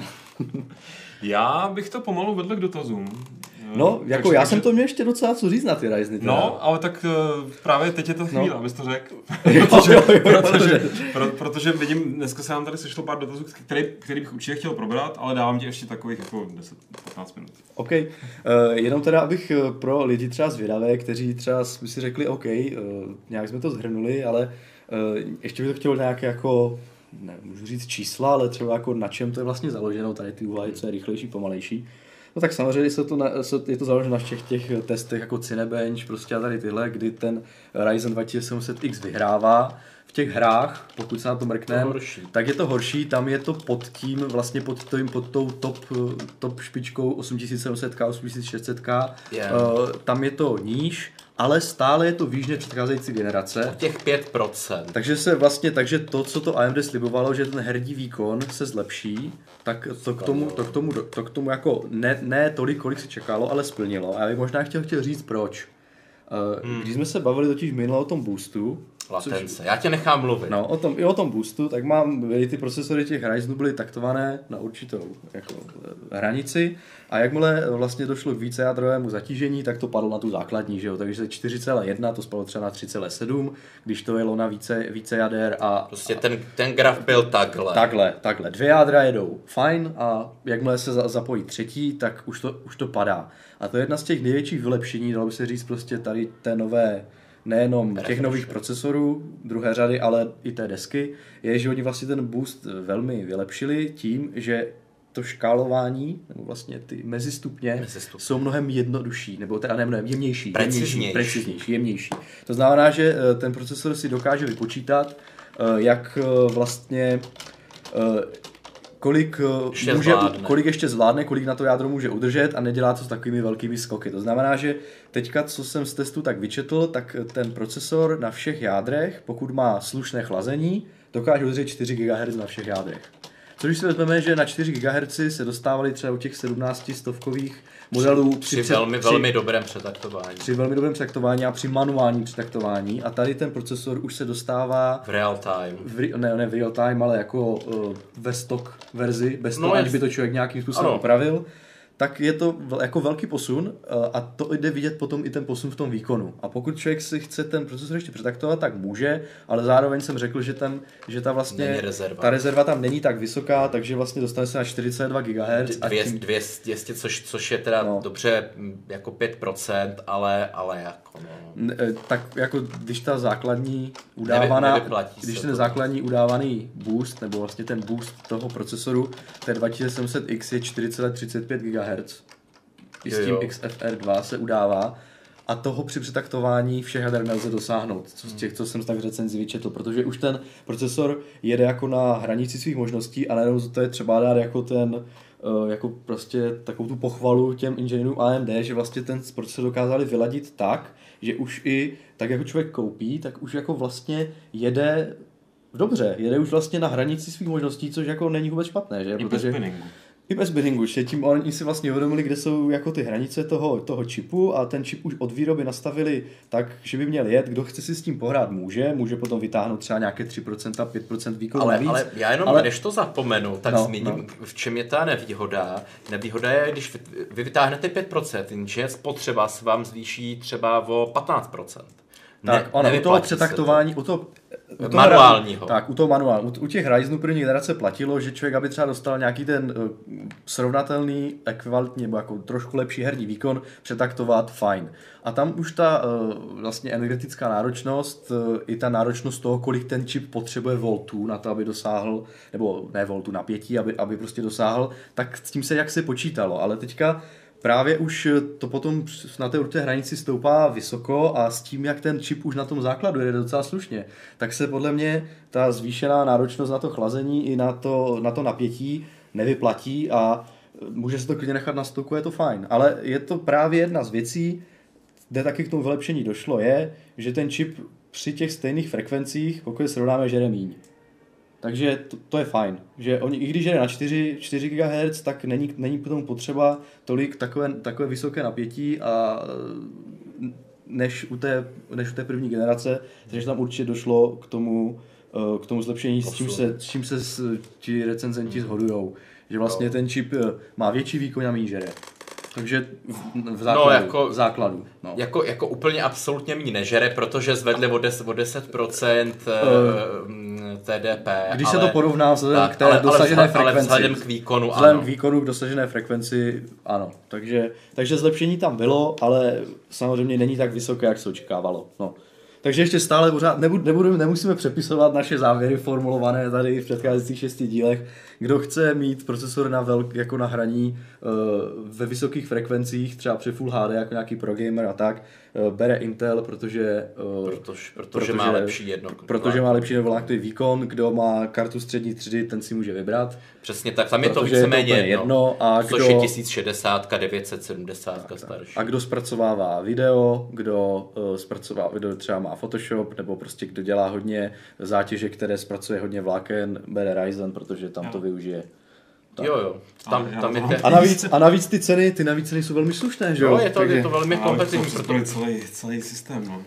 Já bych to pomalu vedl k dotazům. No, jako Takže- já jsem to měl ještě docela co říct na ty Ryzeny. teda. No, ale tak uh, právě teď je to chvíle, no. abys to řekl. Jo, protože, jo, jo, protože, protože- pro, protože vidím, dneska se nám tady sešlo pár dotazů, který, který bych určitě chtěl probrat, ale dávám ti ještě takových jako deset patnáct minut. OK, uh, jenom teda, abych uh, pro lidi třeba zvědavé, kteří třeba by si řekli, OK, uh, nějak jsme to zhrnuli, ale uh, ještě bych to chtěl nějaké jako, ne, můžu říct čísla, ale třeba jako na čem to je vlastně založeno, tady ty úvahy, co je rychlejší, pomalejší. No tak samozřejmě se to na, se, je to založeno na všech těch testech jako Cinebench, prostě a tady tyhle, kdy ten Ryzen dva tisíce sedm set X vyhrává. V těch hrách, pokud se na to mrkneme, tak je to horší, tam je to pod tím, vlastně pod, tím, pod tou top, top špičkou osm tisíc sedm set K, osm tisíc šest set K, Yeah. uh, tam je to níž, ale stále je to výš než předcházející generace. Těch pět procent. Takže se vlastně, takže to, co to A M D slibovalo, že ten herní výkon se zlepší, tak to k tomu, to k tomu, to k tomu jako ne, ne tolik, kolik se čekalo, ale splnilo. A já bych možná chtěl, chtěl říct proč. Uh, hmm. Když jsme se bavili totiž minule o tom boostu, Latence. Což, já tě nechám mluvit. No, o tom, i o tom boostu, tak mám, ty procesory těch Ryzenů byly taktované na určitou jako, hranici a jakmile vlastně došlo k vícejádrovému zatížení, tak to padlo na tu základní, že jo? Takže čtyři celá jedna to spadlo třeba na tři celá sedm, když to jelo na více, více jader a... Prostě ten, ten graf byl takhle. Takhle, takhle. Dvě jádra jedou fajn a jakmile se zapojí třetí, tak už to, už to padá. A to je jedna z těch největších vylepšení, dalo by se říct prostě tady té nové, nejenom těch nových procesorů druhé řady, ale i té desky, je, že oni vlastně ten boost velmi vylepšili tím, že to škálování, nebo vlastně ty mezistupně, Mezistup. jsou mnohem jednodušší, nebo teda ne mnohem jemnější, Preciznější. jemnější, preciznější, jemnější. To znamená, že ten procesor si dokáže vypočítat, jak vlastně kolik ještě, může, kolik ještě zvládne, kolik na to jádro může udržet a nedělá to s takovými velkými skoky. To znamená, že teďka, co jsem z testu tak vyčetl, tak ten procesor na všech jádrech, pokud má slušné chlazení, dokáže udržet čtyři gigahertz na všech jádrech. Což si vezmeme, že na čtyři gigahertz se dostávali třeba u těch sedmnácti stovkových modelů při, při, při velmi, při, velmi dobrém přetaktování. Při velmi dobrém přetaktování a při manuálním přetaktování. A tady ten procesor už se dostává v real time. V, ne, ne v real time, ale jako uh, ve stock verzi, bez toho, no, aniž by to člověk nějakým způsobem ano. upravil. tak je to jako velký posun a to jde vidět potom i ten posun v tom výkonu. A pokud člověk si chce ten procesor ještě přetaktovat, tak může, ale zároveň jsem řekl, že, ten, že ta vlastně rezerva. ta rezerva tam není tak vysoká, takže vlastně dostane se na čtyřicet dva gigahertz. dvě stě, což, což je teda no. dobře jako pět procent, ale, ale jako no. Tak jako když ta základní udávaná, Nevy, když ten to. základní udávaný boost, nebo vlastně ten boost toho procesoru, ten dva tisíce sedm set X je čtyři celá třicet pět gigahertz. I s tím X F R dva se udává a toho při přetaktování všech jader nelze dosáhnout, co z těch, co jsem tak v recenzi vyčetl, protože už ten procesor jede jako na hranici svých možností a najednou to je třeba dát jako ten jako prostě takovou tu pochvalu těm inženýrům A M D, že vlastně ten procesor dokázali vyladit tak, že už i tak jako člověk koupí, tak už jako vlastně jede dobře, jede už vlastně na hranici svých možností, což jako není vůbec špatné, že? I protože bez binningu. I bez binningu, že tím oni si vlastně uvědomili, kde jsou jako ty hranice toho, toho čipu a ten čip už od výroby nastavili tak, že by měl jet, kdo chce si s tím pohrát může, může potom vytáhnout třeba nějaké tři procenta, pět procent výkonu ale, navíc. Ale já jenom, ale... než to zapomenu, tak no, zmíním, no. v čem je ta nevýhoda. Nevýhoda je, když vy vytáhnete pět procent, jenže spotřeba se vám zvýší třeba o patnáct procent. Tak, ono, u toho přetaktování, u toho, u toho manuálního. Tak, u toho manuálního. U, u těch Ryzenů první generace platilo, že člověk, aby třeba dostal nějaký ten uh, srovnatelný, ekvivalentní nebo jako trošku lepší herní výkon, přetaktovat, fajn. A tam už ta uh, vlastně energetická náročnost, uh, i ta náročnost toho, kolik ten čip potřebuje voltů na to, aby dosáhl, nebo ne voltů, napětí, aby, aby prostě dosáhl, tak s tím se jak se počítalo. Ale teďka právě už to potom na té určité hranici stoupá vysoko a s tím, jak ten čip už na tom základu jede docela slušně, tak se podle mě ta zvýšená náročnost na to chlazení i na to, na to napětí nevyplatí a může se to klidně nechat na stoku, je to fajn. Ale je to právě jedna z věcí, kde taky k tomu vylepšení došlo, je, že ten čip při těch stejných frekvencích, pokud srovnáme, žere míň. Takže to, to je fajn, že oni, i když jde na čtyři gigahertz, tak není, není potom potřeba tolik takové, takové vysoké napětí a než u té, než u té první generace, takže tam určitě došlo k tomu, k tomu zlepšení, s čím se, s čím se ti recenzenti shodujou. Že vlastně ten čip má větší výkon a méně žere. Takže v, v základu. No, jako, v základu no. jako, jako úplně absolutně méně nežere, protože zvedli o deset procent uh, T D P. Když ale, se to porovná vzhledem tak, k té ale, dosažené ale frekvenci. Ale vzhledem k výkonu, vzhledem ano. k výkonu k dosažené frekvenci, ano. Takže, takže zlepšení tam bylo, ale samozřejmě není tak vysoké, jak se očekávalo. No. Takže ještě stále pořád nebudu, nebudu, nemusíme přepisovat naše závěry formulované tady v předcházejících šesti dílech. Kdo chce mít procesor na velk, jako na hraní uh, ve vysokých frekvencích, třeba při Full H D jako nějaký pro gamer a tak, uh, bere Intel, protože, uh, Protože, protože, protože má lepší jedno. Protože má lepší jednovolánkový výkon, kdo má kartu střední třídy, ten si může vybrat. Přesně tak, tam je to víceméně jedno, jedno a což kdo, je tisíc šedesát, devět set sedmdesát starší. A kdo zpracovává video, kdo uh, zpracovává video, třeba má Photoshop, nebo prostě kdo dělá hodně zátěže, které zpracuje hodně vláken, bere Ryzen, protože tam to využije. Tak. Jo, jo. Tam, a, tam je a, navíc, a navíc ty ceny, ty navíc ceny jsou velmi slušné, že jo? No, je to, Takže... je to velmi kompetentní. Proto... celý, celý systém, no.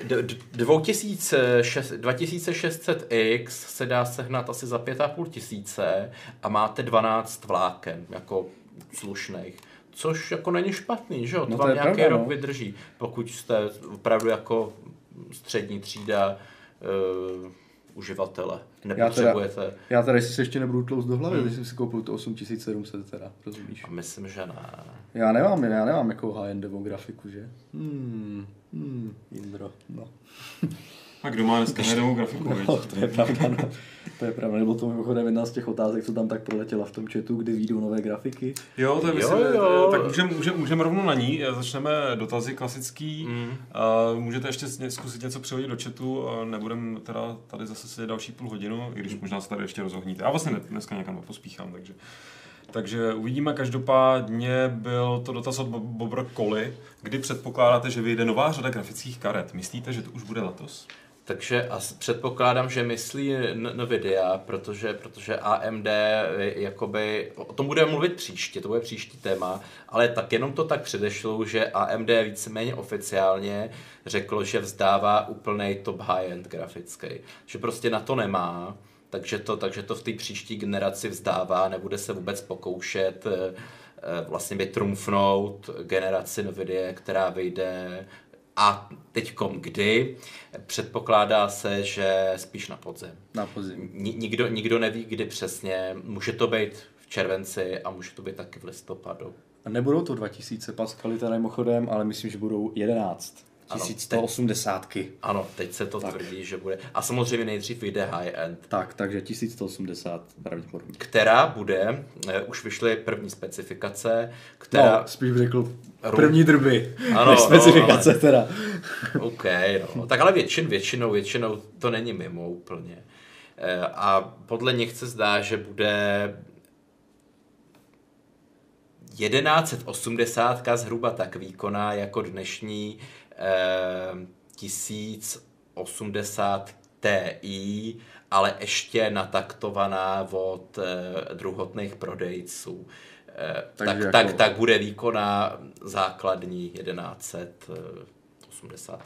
dva tisíce šest set X se dá sehnat asi za pět a půl tisíce a máte dvanáct vláken, jako slušných. Což jako není špatný, že jo? To no vám to nějaký pravda, rok no. vydrží, pokud jste opravdu jako střední třída uh, uživatele. Nepotřebujete. Já teda, já teda jestli se ještě nebudu tlouct do hlavy, hmm. když jsem si koupil to osm tisíc sedm set teda, rozumíš? A myslím, že ne. Já nemám, já nemám jako high-end demografiku, že? Hmm, hmm, Jindro, no. A kdo má dneska demografiku, no, to je pravda, no. To je pravda, nebo to mimochodem jedna z těch otázek, co tam tak proletěla v tom chatu, kdy vyjdou nové grafiky. Jo, to je myslím, jo, jo. tak můžeme můžem, můžem rovnou na ní, začneme dotazy klasický, mm. uh, můžete ještě zkusit něco přihodit do chatu, uh, nebudem teda tady zase sedět další půl hodinu, i když možná se tady ještě rozohníte. Já vlastně dneska někam pospíchám, takže... Takže uvidíme, každopádně byl to dotaz od Bobr Koli, kdy předpokládáte, že vyjde nová řada grafických karet. Myslíte, že to už bude letos? Takže as, předpokládám, že myslí Nvidia, protože, protože A M D, jakoby, o tom budeme mluvit příště, to bude příští téma, ale tak jenom to tak předešlo, že A M D víceméně oficiálně řeklo, že vzdává úplnej top high-end grafický, že prostě na to nemá, takže to, takže to v té příští generaci vzdává, nebude se vůbec pokoušet vlastně by trumfnout generaci Nvidia, která vyjde a teďkom kdy. Předpokládá se, že spíš na podzim. Na podzim. Nikdo, nikdo neví, kdy přesně. Může to být v červenci a může to být taky v listopadu. A nebudou to dva tisíce paskaly teda mimochodem, ale myslím, že budou jedenáct. tisíc sto osmdesát. Ano, teď se to tak tvrdí, že bude. A samozřejmě nejdřív vyjde high-end. Tak, takže tisíc sto osmdesát pravděpodobně. Která bude, eh, už vyšly první specifikace, která... No, spíš řekl první drby. Ano, specifikace no, ale... teda. OK, no. Tak ale většin, většinou, většinou to není mimo úplně. Eh, a podle nich se zdá, že bude jedenáct set osmdesát zhruba tak výkonná jako dnešní tisíc osmdesát Ti, ale ještě nataktovaná od eh, druhotných prodejců. Eh, tak, jako... tak, tak bude výkonná základní jedenáct set osmdesát.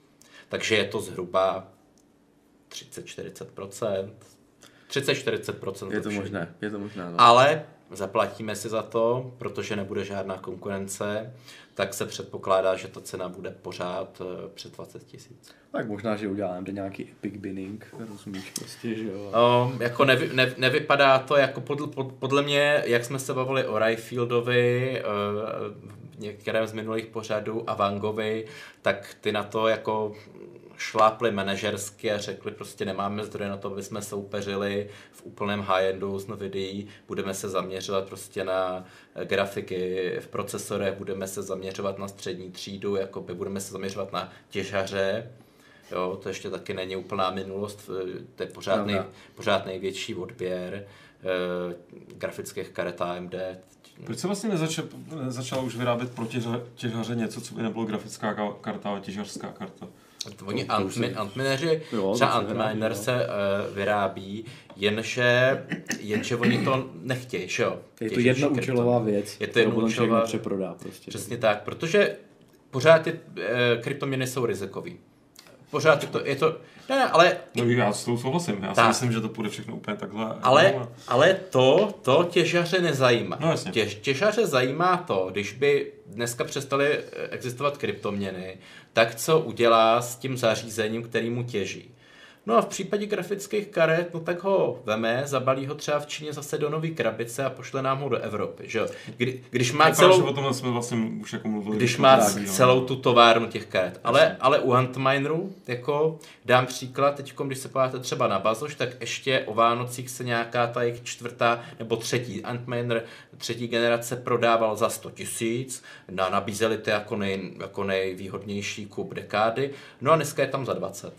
Takže je to zhruba třicet až čtyřicet procent. třicet až čtyřicet procent. Je to možné, je to možné. No. Ale zaplatíme si za to, protože nebude žádná konkurence, tak se předpokládá, že ta cena bude pořád před dvacet tisíc. Tak možná, že uděláme nějaký epic binning, rozumíš prostě, že jo. Um, jako nevy, ne, nevypadá to jako podle, pod, podle mě, jak jsme se bavili o Rayfieldovi, uh, některém z minulých pořadů a Wangovi, tak ty na to jako šlápli manažersky a řekli prostě nemáme zdroje na to, aby jsme soupeřili v úplném high-endu s Nvidií, budeme se zaměřovat prostě na grafiky v procesorech, budeme se zaměřovat na střední třídu, jakoby budeme se zaměřovat na těžaře, jo, to ještě taky není úplná minulost, to je pořád, nej, pořád největší odběr eh, grafických karet A M D. Proč se vlastně nezačal, nezačala už vyrábět pro těžaře, těžaře něco, co by nebylo grafická karta, ale těžařská karta? Oni antmineři, třeba Antminer se uh, vyrábí, jenže, jenže oni to nechtějí, že jo? Je to jednoúčelová věc, je to jednoúčelová, přeprodá prostě. Přesně tak, protože pořád ty uh, kryptoměny jsou rizikový. Pořád je to, je to ne, ne, ale... No já s tou souhlasím, já tak. si myslím, že to půjde všechno úplně takhle. Ale, ale to, to těžaře nezajímá. No jasně. Těž, těžaře zajímá to, když by dneska přestaly existovat kryptoměny, tak co udělá s tím zařízením, který mu těží. No a v případě grafických karet, no tak ho veme, zabalí ho třeba v Číně zase do nový krabice a pošle nám ho do Evropy, že jo. Kdy, když má celou, o tom jsme vlastně už jako mluvili. Když má celou tu továrnu těch karet. Ale, ale u Antmineru, jako dám příklad, teď když se podíváte třeba na Bazoš, tak ještě o Vánocích se nějaká ta jejich čtvrtá nebo třetí Antminer, třetí generace prodával za sto tisíc, na, nabízeli to jako, nej, jako nejvýhodnější kup dekády, no a dneska je tam za dvacet.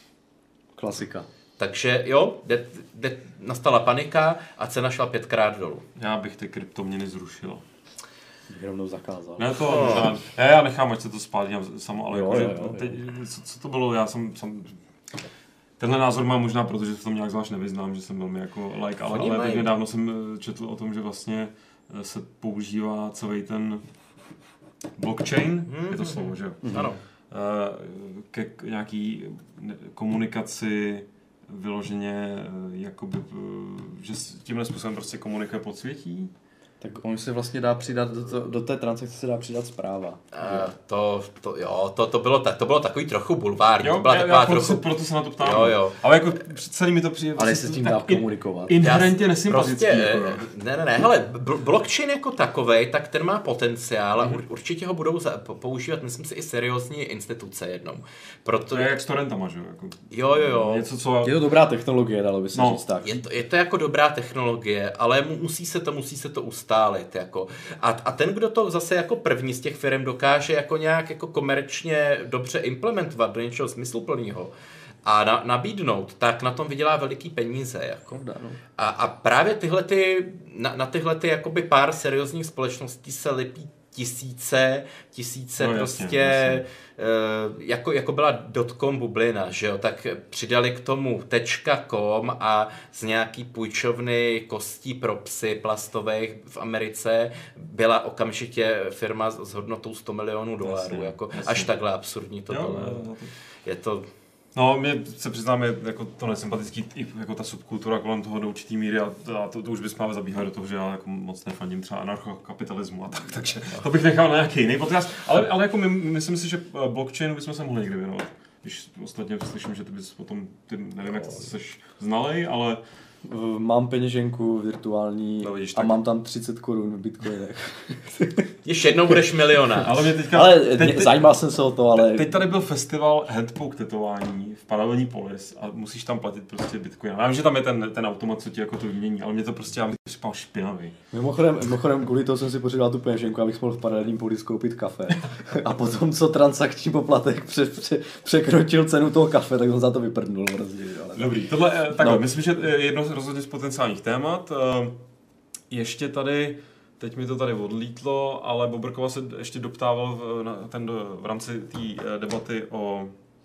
Klasika. Takže jo, de, de, nastala panika a cena šla pětkrát dolů. Já bych ty kryptoměny zrušil. Bych rovnou zakázal. Ne to, oh. ne, já nechám, ať se to spálí samo, ale jo, jako, jo, jo, teď, co, co to bylo, já jsem, jsem tenhle názor mám možná, protože se v tom nějak zvlášť nevyznám, že jsem velmi jako like, ale, ale teď nedávno jsem četl o tom, že vlastně se používá celý ten blockchain, mm-hmm. je to slovo, že jo? Mm-hmm. Ano. Ke nějaký komunikaci vyloženě, jakoby, že tímhle způsobem prostě komunikuje podsvětí. Tak on se vlastně dá přidat, do, to, do té transakce se dá přidat zpráva. Uh, to, to, jo, to, to, bylo, tak, to bylo takový trochu bulvární. Jo, to byla já, taková já trochu... proto, proto se na to ptám. Jo, jo. Ale jako celý mi to přijde... Ale se s tím dá komunikovat. Inherentně nesympatický. Prostě, jako, ne, ne, ne, hele, blockchain jako takovej, tak ten má potenciál a mm-hmm. určitě ho budou za, používat, myslím si, i seriózní instituce jednou. Proto... To je jak s torrentama, že jako, jo? Jo, jo. Něco, co... Je to dobrá technologie, dalo by se no. říct tak. Je to, je to jako dobrá technologie, ale musí se to, musí se to ustálit, jako. A, a ten, kdo to zase jako první z těch firm dokáže jako nějak jako komerčně dobře implementovat do něčeho smysluplného a na, nabídnout, tak na tom vydělá veliký peníze. Jako. A, a právě tyhle ty, na, na tyhle ty jakoby pár seriózních společností se lepí tisíce, tisíce no, prostě, jasně, jasně. Uh, jako, jako byla dotcom bublina, že jo, tak přidali k tomu .com a z nějaký půjčovny kostí pro psy plastových v Americe byla okamžitě firma s hodnotou sto milionů dolarů, jasně, jako jasně. Až takhle absurdní to jo, bylo. Jo, jo. Je to... No, mě se přiznám, je jako to nesympatický, i jako ta subkultura kolem toho do určitý míry a, a to, to už bychom máme zabíhat do toho, že já jako moc nefandím třeba anarchokapitalismu a tak, takže to bych nechal na nějaký jiný podcast, ale, ale jako my, myslím si, že blockchainu bychom se mohli někdy věnovat. Když ostatně slyším, že ty bys potom, ty, nevím, jak jsi znalej, ale... Mám peněženku virtuální no, vidíš, a mám tam třicet korun v bitcoinech. Ještě jednou budeš milionář. Ale, mě teďka, ale teď, teď, zajímal jsem se o to, ale... Teď tady byl festival handpoke tetování v paralelní polis a musíš tam platit prostě bitcoin. Já vím, že tam je ten, ten automat, co ti jako to vymění, ale mě to prostě, já bych připadal špinavý. Mimochodem, mimochodem, kvůli toho jsem si pořídil tu peněženku, abych mohl v paralelním polis koupit kafe. A potom, co transakční poplatek pře, pře, překročil cenu toho kafe, tak jsem za to vyprdnul. Ale... Dobrý, tohle, takhle, no. Myslím, že jedno rozhodně z potenciálních témat. Ještě tady, teď mi to tady odlítlo, ale Bobrkova se ještě doptával v, ten, v rámci té debaty o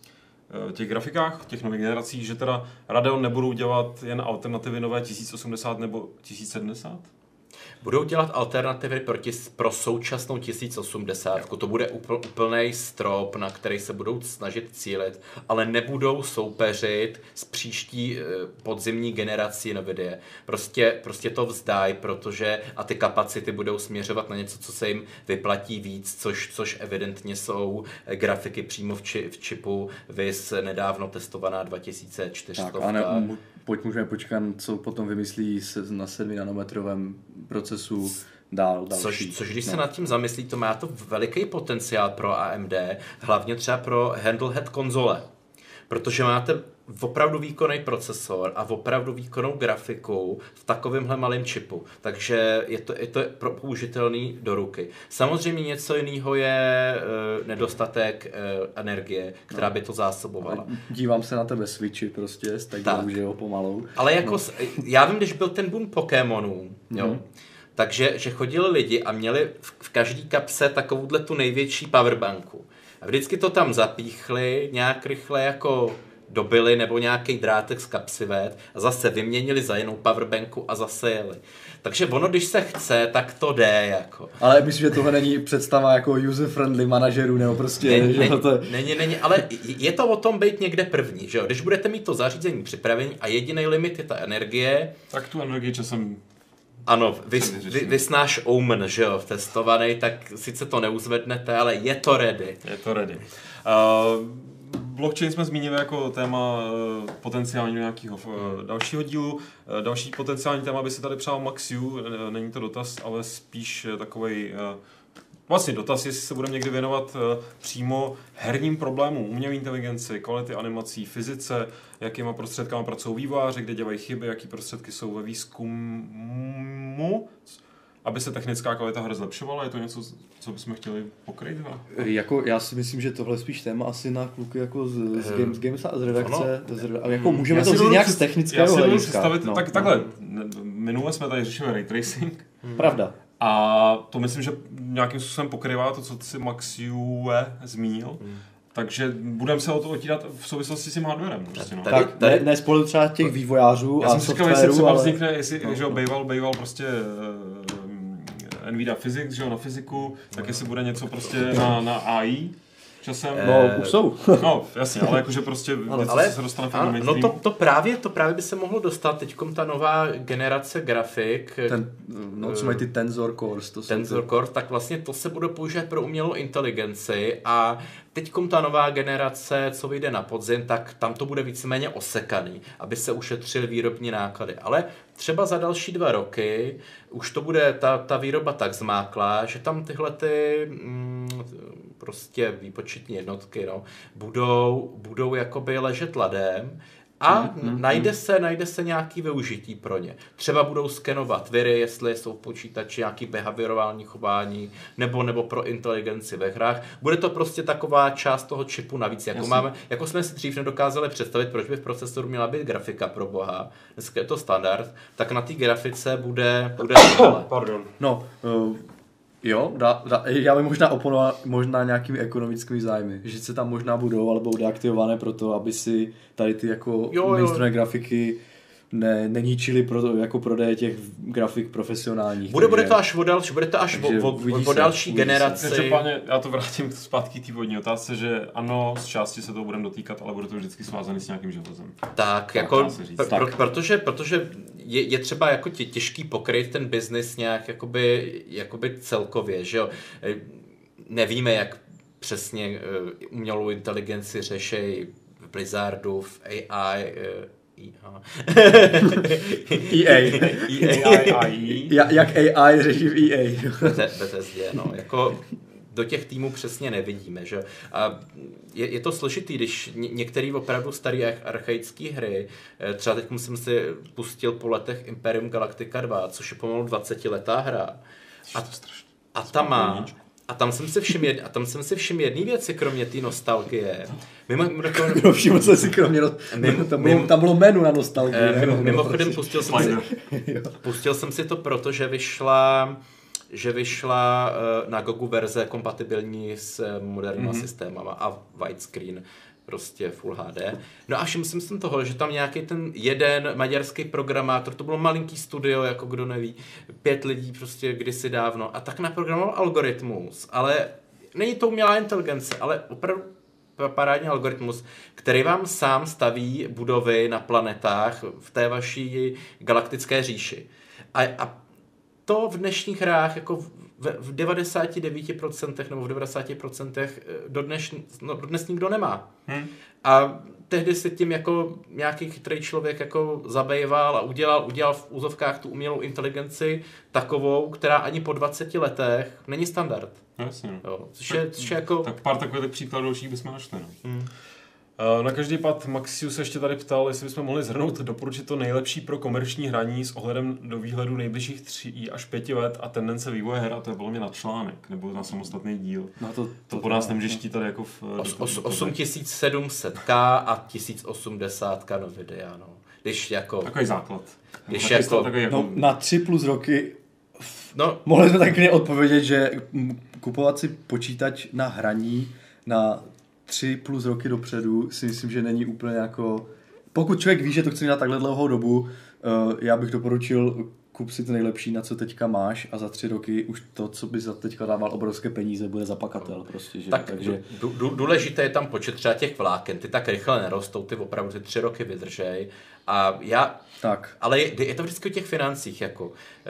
těch grafikách, těch nových generací, že teda Radeon nebudou dělat jen alternativy nové tisíc osmdesát nebo tisíc sedmdesát? Budou dělat alternativy proti, pro současnou tisíc osmdesát. To bude úpl, úplný strop, na který se budou snažit cílit, ale nebudou soupeřit s příští podzimní generací Nvidia. Prostě, prostě to vzdají, protože a ty kapacity budou směřovat na něco, co se jim vyplatí víc, což, což evidentně jsou grafiky přímo v, či, v čipu, vys nedávno testovaná dva tisíce čtyři sta. Tak, a ne, pojď, můžeme počkat, co potom vymyslí se na sedmi nanometrovém procesu dál další. Což, což když no. se nad tím zamyslí, to má to veliký potenciál pro A M D, hlavně třeba pro handheld konzole. Protože máte opravdu výkonný procesor a opravdu výkonnou grafiku v takovémhle malém čipu. Takže je to, je to použitelný do ruky. Samozřejmě něco jiného je e, nedostatek e, energie, která no. by to zásobovala. Dívám se na tebe Switchi prostě, tak, tak. už je ho pomalu. Ale jako, no. já vím, když byl ten boom Pokémonů, mm-hmm. jo, takže že chodili lidi a měli v, v každý kapse takovouhle tu největší powerbanku. A vždycky to tam zapíchli, nějak rychle jako dobili nebo nějaký drátek z kapsy vet a zase vyměnili za jinou powerbanku a zase jeli. Takže ono, když se chce, tak to jde jako. Ale myslím, že tohle není představa jako user-friendly manažerů, nebo prostě... Není, že není, to... není, není, ale je to o tom být někde první, že jo? Když budete mít to zařízení připravené a jediný limit je ta energie... Tak tu energii časem... Ano, vys, vy, vysnáš Omen, že jo, testovaný, tak sice to neuzvednete, ale je to ready. Je to ready. Uh, blockchain jsme zmínili jako téma uh, potenciálního nějakého uh, dalšího dílu. Uh, další potenciální téma by se tady přál Maxiu, uh, není to dotaz, ale spíš uh, takovej... Uh, Vlastně dotaz, jestli se budeme někdy věnovat uh, přímo herním problémům, umělé inteligenci, kvality animací, fyzice, jakýma prostředkama pracují vývojáři, kde dělají chyby, jaký prostředky jsou ve výzkumu, aby se technická kvalita hry zlepšovala. Je to něco, co bychom chtěli pokryt? Jako, já si myslím, že tohle je spíš téma asi na kluky jako z, z Games, Games a z redakce. Z redakce. Jako můžeme já to vzít nějak z technického hlediska. No. Tak, takhle, minule jsme tady řešili ray tracing. Hmm. Pravda. A to myslím, že nějakým způsobem pokrývá to, co si Maxiue zmínil. Hmm. Takže budeme se o to otírat v souvislosti s tím hardwarem. Prostě, no. Tady, tak tady, ne, ne spolu třeba těch vývojářů já a jsem si říkal, jestli třeba ale... vznikne, jestli, no. že bejval, bejval prostě uh, Nvidia Physics, že jo, na fyziku, no. tak jestli bude něco prostě na, na A I. Časem. No, už jsou. No, jasně, ale jakože prostě něco, ale, co se dostane v ano, no to, to, právě, to právě by se mohlo dostat teďkom ta nová generace grafik. Ten, no, co mají ty Tensor Cores. To Tensor ty... Cores, tak vlastně to se bude používat pro umělou inteligenci a teďkom ta nová generace, co vyjde na podzim, tak tam to bude víceméně osekaný, aby se ušetřily výrobní náklady. Ale třeba za další dva roky už to bude ta, ta výroba tak zmáklá, že tam tyhle ty mm, prostě výpočetní jednotky no, budou, budou jakoby ležet ladem a mm, mm, najde, se, najde se nějaký využití pro ně. Třeba budou skenovat viry, jestli jsou v počítači nějaký behaviorální chování, nebo, nebo pro inteligenci ve hrách. Bude to prostě taková část toho čipu navíc, jako, máme, jako jsme si dřív nedokázali představit, proč by v procesoru měla být grafika pro boha. Dneska je to standard, tak na té grafice bude... bude Pardon. No, uh... Jo, da, da, já bych možná oponoval možná nějakými ekonomickými zájmy, že se tam možná budou, ale budou deaktivované proto, aby si tady ty jako mainstreamové grafiky ne, neničili pro, jako prodeje těch grafik profesionálních. Bude, takže, bude to až o další, bude to až o, o, o další se, generaci. Každopádně já to vrátím zpátky k té vodní otázce, že ano, z části se toho budeme dotýkat, ale bude to vždycky svázaný s nějakým železem. Tak, jako, pr- pro, protože, protože je, je třeba jako tě, těžký pokryt ten biznis nějak jakoby, jakoby celkově, že jo. Nevíme, jak přesně umělou inteligenci řeší v Blizzardu, v A I, E A. E A. Jak A I řeší v E A. Bethesda, no, jako do těch týmů přesně nevidíme, že? A je, je to složitý, když ně, některé opravdu staré archaické hry, třeba teď jsem si pustil po letech Imperium Galactica dva, což je pomalu dvacetiletá hra. A, a ta má... A tam jsem si všiml, jed, a tam jsem si všiml jedné věci, kromě té nostalgie. Mimo, mimo, všiml jsem si kromě no, mimo, tam, bylo, tam bylo menu na nostalgii. Eh, mimo, mimochodem pustil jsem, si, pustil jsem si to proto, že vyšla, že vyšla uh, na Gogu verze kompatibilní s moderníma mm-hmm. systémama a widescreen. Prostě Full H D. No a všiml jsem si toho, že tam nějaký ten jeden maďarský programátor, to bylo malinký studio, jako kdo neví, pět lidí prostě kdysi dávno, a tak naprogramoval algoritmus, ale není to umělá inteligence, ale opravdu parádní algoritmus, který vám sám staví budovy na planetách v té vaší galaktické říši. A, a to v dnešních hrách jako v devadesát devět procent nebo v devadesát procent dodnes, no, dodnes nikdo nemá. Hmm. A tehdy se tím jako nějaký chytrý člověk jako zabýval a udělal, udělal v úzovkách tu umělou inteligenci takovou, která ani po dvaceti letech není standard. Jasně. Jo, což je, což je jako... Tak pár takových příkladů dalších bychom našli. No. Hmm. Na každý pad Maxius se ještě tady ptal, jestli bychom mohli zhrnout, doporučit to nejlepší pro komerční hraní s ohledem do výhledu nejbližších tří až pěti let a tendence vývoje her, a to je bylo mě na článek, nebo na samostatný díl. No to, to, to po nás nemůžeš chtít tady jako v... osm tisíc sedm set K a tisíc osmdesát no videa, no. Když jako... Takový základ. Když takový jako... Takový jako... No, na tři plus roky no. Mohli jsme taky odpovědět, že kupovat si počítač na hraní na tři plus roky dopředu si myslím, že není úplně jako... Pokud člověk ví, že to chce na takhle dlouhou dobu, uh, já bych doporučil kup si to nejlepší, na co teďka máš, a za tři roky už to, co bys za teďka dával obrovské peníze, bude zapakatel prostě, že? Tak takže... důležité je tam počet třeba těch vláken, ty tak rychle nerostou, ty opravdu ty tři roky vydržej. A já... Tak. Ale je, je to vždycky o těch financích, jako...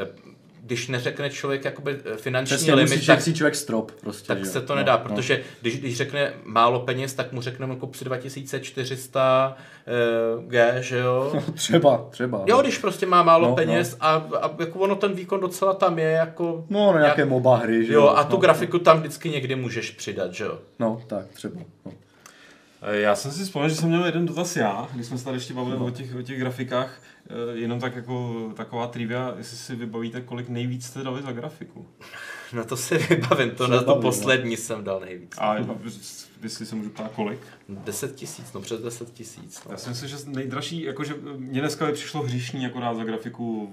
Když neřekne člověk jakoby finanční Přesně, limit, musíš tak, si člověk strop prostě, tak že? se to nedá, no, protože no. Když, když řekne málo peněz, tak mu řekneme kup si dva tisíce čtyři sta uh, G, že jo? třeba, třeba. Jo, když prostě má málo no, peněz no. A, a jako ono ten výkon docela tam je, jako... No, na nějaké jak, MOBA hry, že jo? Jo, a tu no, grafiku tam vždycky někdy můžeš přidat, že jo? No, tak, třeba. No. Já jsem si vzpomněl, že jsem měl jeden dotaz já, když jsme se tady ještě bavili no. o, těch, o těch grafikách, jenom tak jako taková trivia, jestli si vybavíte, kolik nejvíc jste dali za grafiku. No to si vybavím, to na to poslední no. jsem dal nejvíc. A jestli se můžu ptát, kolik? deset tisíc, no přes deset tisíc. No. Já si myslím, že nejdražší, jakože mně dneska přišlo hříšný jako dát za grafiku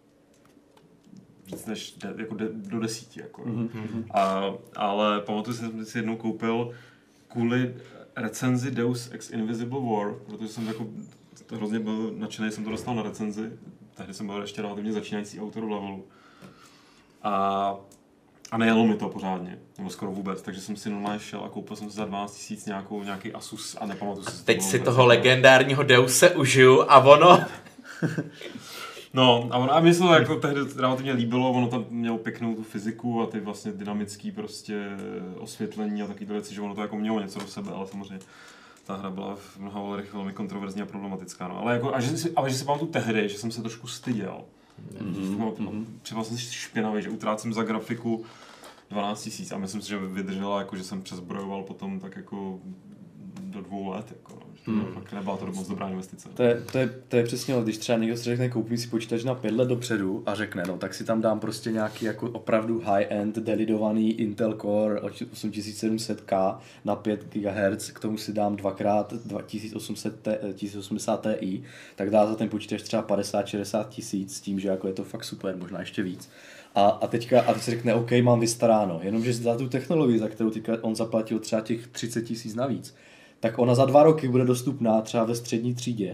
víc než de, jako de, do desíti. Jako. Mm-hmm. A, ale pamatuju, že jsem si jednou koupil kvůli recenzi Deus Ex Invisible War, protože jsem jako hrozně byl nadšený, jsem to dostal na recenzi, tehdy jsem byl ještě relativně začínající autor v levelu. A, a nejelo mi to pořádně, nebo skoro vůbec, takže jsem si normálně šel a koupil jsem si za dvanáct tisíc nějakou, nějaký Asus a nepamatuju si. Teď si toho recenzi. Legendárního Deuse užiju a ono... No a, on, a mě se to jako tehdy relativně líbilo, ono tam mělo pěknou tu fyziku a ty vlastně dynamický prostě osvětlení a takovýhle věci, že ono to jako mělo něco do sebe, ale samozřejmě ta hra byla v mnoha ohledech velmi kontroverzní a problematická, no. Ale, jako, a že si, ale že si pamatuju tehdy, že jsem se trošku styděl. Mm-hmm. No, třeba jsem si špinavý, že utrácím za grafiku dvanáct tisíc a myslím si, že vydržela, jako, že jsem přezbrojoval potom tak jako do dvou let, jako, no. Hmm. Fakt nebyla to moc dobrá investice. To je, to je, to je přesně, když třeba někdo si řekne, koupím si počítač na pět let dopředu a řekne, no tak si tam dám prostě nějaký jako opravdu high-end delidovaný Intel Core osm tisíc sedm set K na pět gigahertzů, k tomu si dám dvakrát tisíc osm set osmdesát Ti, tak dá za ten počítač třeba padesát šedesát tisíc s tím, že jako je to fakt super, možná ještě víc. A, a teďka a teď si řekne, OK, mám vystaráno, jenomže za tu technologii, za kterou teďka on zaplatil třeba těch třicet tisíc navíc, tak ona za dva roky bude dostupná třeba ve střední třídě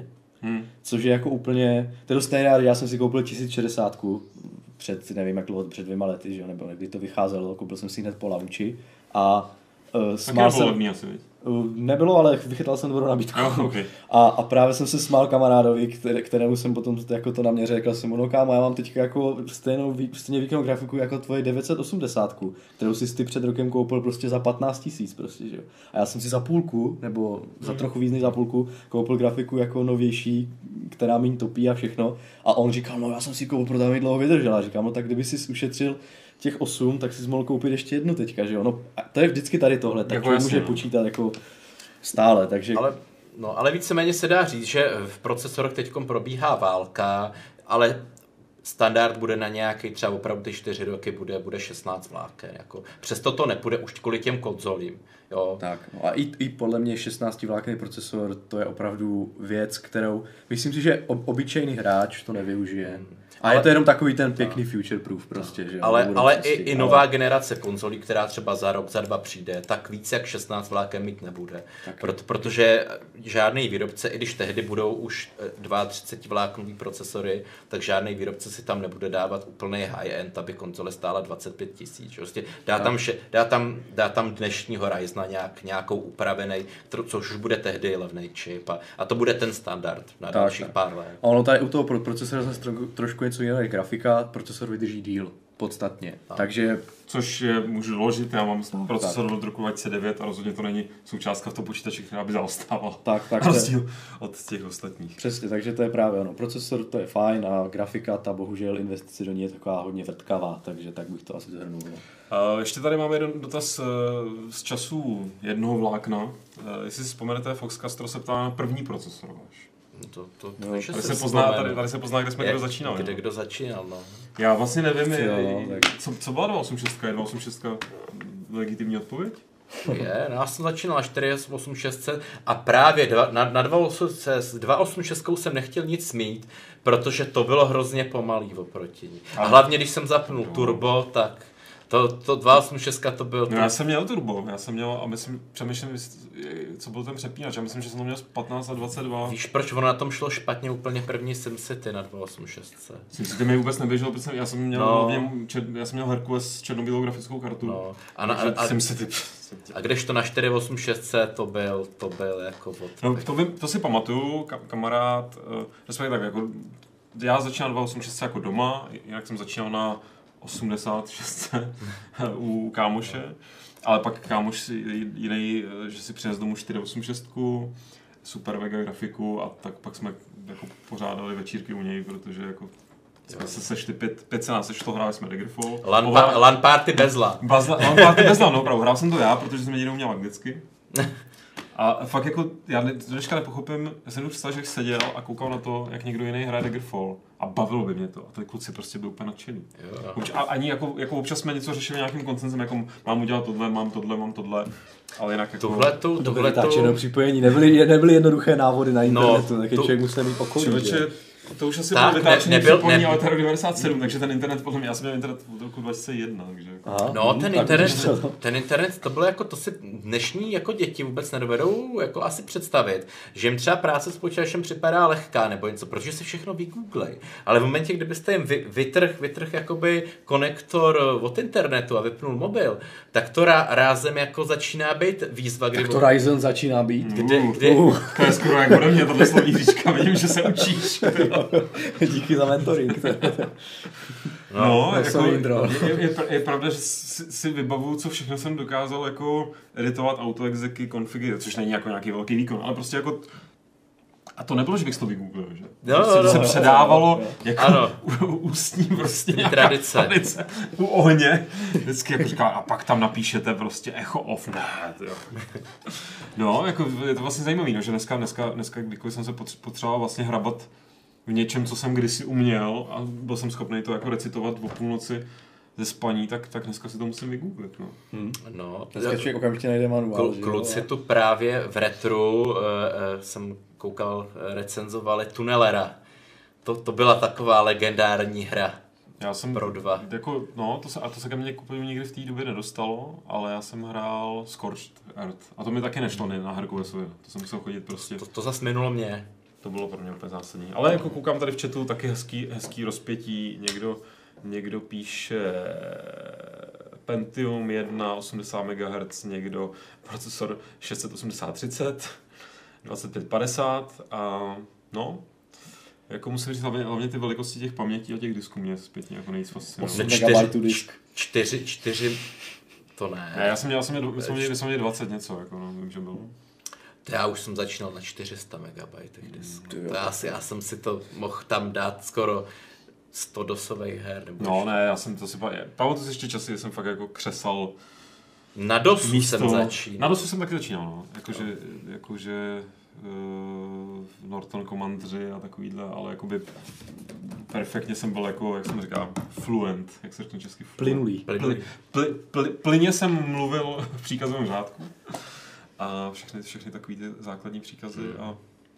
hmm. což je jako úplně, to je dost nejrád, já jsem si koupil tisíc šedesát před, nevím jak dlouho, před dvěma lety, že jo, nebo kdy to vycházelo, koupil jsem si hned po launchi a uh, smál jsem... levný asi, viď? Nebylo, ale vychytal jsem dobrou nabídku. Oh, okay. a, a právě jsem se smál kamarádovi, které, kterému jsem potom jako to na mě řekl, jsem mu, no kámo, já mám teď jako stejnou, stejně výkonnou grafiku jako tvoje devět set osmdesát, kterou jsi ty před rokem koupil prostě za patnáct tisíc prostě, že jo. A já jsem si za půlku, nebo za trochu víc než za půlku, koupil grafiku jako novější, která méně topí a všechno. A on říkal, no já jsem si koupil, protože mi dlouho vydržela. Říkám, no tak kdyby si ušetřil těch osm, tak si mohl koupit ještě jednu teďka, že jo. No to je vždycky tady tohle, tak jako může počítat jako stále, takže... Ale, no, ale víceméně se dá říct, že v procesorech teďkom probíhá válka, ale standard bude na nějaký třeba opravdu ty čtyři roky bude, bude šestnáct vláken. Jako. Přesto to nepůjde už kvůli těm konzolím. Jo. Tak, no a i, i podle mě šestnáct vlákný procesor, to je opravdu věc, kterou, myslím si, že ob, obyčejný hráč to nevyužije. Hmm. A ale, je to jenom takový ten pěkný future proof prostě. Že ale ale i, i nová ale... generace konzolí, která třeba za rok, za dva přijde, tak víc jak šestnáct vláken mít nebude. Proto, protože žádný výrobce, i když tehdy budou už třicet dva vláknový procesory, tak žádný výrobce si tam nebude dávat úplný high-end, aby konzole stála dvacet pět tisíc. Prostě dá, tam vše, dá, tam, dá tam dnešního Ryzena nějak, nějakou upravený, což už bude tehdy levný čip. A, a to bude ten standard na tak, dalších tak. pár let. A ono tady u toho procesoru zase trošku něco jiného je grafika, procesor vydrží díl, podstatně. Tak. Takže... Což je, můžu doložit, já mám no, procesor od roku dva tisíce devět a rozhodně to není součástka v tom počítači, která by zaostávala. Tak, tak. Rozdíl od těch ostatních. Přesně, takže to je právě ono. Procesor to je fajn a grafika, ta bohužel investice do ní je taková hodně vrtkavá, takže tak bych to asi zhrnul. No. Uh, ještě tady máme jeden dotaz uh, z času jednoho vlákna. Uh, jestli si vzpomenete, Fox Castro se ptá na první procesor váš. To, to, to no, tady, se pozná, tady, tady se pozná, kde jsme kdo začínal. Kde kdo začínal, no. Já vlastně nevím, jo, no, co, co byla dvě osm šest? Je dvě osm šest legitimní odpověď? Je, no já jsem začínal na čtyři osm šest a právě dva, na, na dva osm šest jsem nechtěl nic mít, protože to bylo hrozně pomalý oproti ní. A hlavně, když jsem zapnul no. turbo, tak to, to dva osm šest to byl... No já jsem měl turbo, já jsem měl, a myslím, přemýšlím, co byl ten přepínač, já myslím, že jsem to měl z patnáct a dvacet dva. Víš, proč ono na tom šlo špatně úplně první SimCity na dva osm šest? SimCity mi vůbec neběželo, protože já jsem měl, no. něm, čer, já jsem měl Hercules s černobílou grafickou kartu. No. A, na, a, SimCity. A když to na čtyři osm šest to byl, to byl jako od... No, to, vím, to si pamatuju, kamarád, uh, respektive tak jako, já začínal dva osm šest jako doma, jinak jsem začínal na osmdesát šest u kámoše, ale pak kámoš si jiný, že si přines domů čtyři osm šest, super mega grafiku a tak pak jsme jako pořádali večírky u něj, protože jako jsme se sešli, pět, pět se nás sešlo, hráli jsme Daggerfall. LAN, pa, LAN party bez LAN. LAN party bez LAN, no pravdu, hrál jsem to já, protože jsem jedinou měl anglicky. A fakt jako, já dneška nepochopím, já jsem představil, že bych seděl a koukal na to, jak někdo jiný hraje Daggerfall a bavilo by mě to. A ty kluci prostě byli úplně nadšený. A ani jako, jako občas jsme něco řešili nějakým koncenzem, jako mám udělat tohle, mám tohle, mám tohle, ale jinak jako... Tohletu, tohletu... Vytáčenou připojení, nebyly, nebyly jednoduché návody na internetu, no, takže to... člověk musel mít pokojí. To už asi bylo vytáčený připojení, ale to je rok devadesát sedm, takže ten internet, podle mě, já jsem měl internet od roku dva tisíce jedna, takže... Aha, no, ten internet, ten internet, to bylo jako, to si dnešní jako děti vůbec nedovedou jako asi představit, že jim třeba práce s počítačem připadá lehká nebo něco, protože si všechno vygooglej. Ale v momentě, kdybyste jim vy, vytrh, vytrh jakoby konektor od internetu a vypnul mobil, tak to rá, rázem jako začíná být výzva, kdy... Tak to Ryzen začíná být. Kdy, kdy... Uh, to je skoro jak ode mě, tohle slovní říčka, vidím, že se učíš. Díky za mentoring. No, no jako, je, je, je pravda, že si, si vybavuju, co všechno jsem dokázal jako editovat autoexeky, konfigy, což není jako nějaký velký výkon, ale prostě jako a to nebylo, že bych to vygooglil, že? No, prostě no, se no, předávalo no, jako ano. ústní prostě nějaká tradice. tradice u ohně. Vždycky jako říká, a pak tam napíšete prostě echo off, ne, jo. No, jako je to vlastně zajímavý, no, že dneska, dneska, dneska kdykoliv jsem se potřeboval vlastně hrabat v něčem, co jsem kdysi uměl a byl jsem schopný to jako recitovat o půlnoci ze spaní, tak, tak dneska si to musím vygooglit. No. Hmm. No, dneska člověk okamžitě najde manuál. Kl- kluci tu právě v retru uh, uh, jsem koukal, recenzovali Tunelera. To, to byla taková legendární hra. Já jsem pro dva. Jako, no, to se, a to se ke mně úplně nikdy v té době nedostalo, ale já jsem hrál Scorched Earth. A to mi taky nešlo na Herculesově. To jsem musel chodit prostě. To, to zase minulo mě. To bylo pro mě úplně zásadní. Ale jako koukám tady v chatu, taky hezký, hezký rozpětí. Někdo, někdo píše Pentium jedna osmdesát megahertzů, někdo procesor šest set osmdesát třicet, dvacet pět padesát a no, jako musím říct, hlavně, hlavně ty velikosti těch pamětí a těch disků mě zpětně jako nejvíc fascinují. osm megabajtů disk. Čtyři, čtyři, to ne. ne já jsem měl, já jsem měl, my jsme měli, my jsme měli dvacet něco, jako no, vím, že bylo. To já už jsem začínal na čtyři sta megabajtech disku. Mm, to já, si, já jsem si to mohl tam dát skoro sto dosových her. Nebo no ne, já jsem to si pamatuju si ještě časy, jsem fakt jako křesal na dosu místo, jsem začínal. Na dosu jsem taky začínal, no. Jakože, no. jakože uh, Norton Commandři a takovýhle, ale jakoby perfektně jsem byl jako, jak jsem říkal, fluent, jak se řekne česky? Plynulý. Pli, pli, pli, plyně jsem mluvil v příkazovém řádku a všechny, všechny takový ty základní příkazy a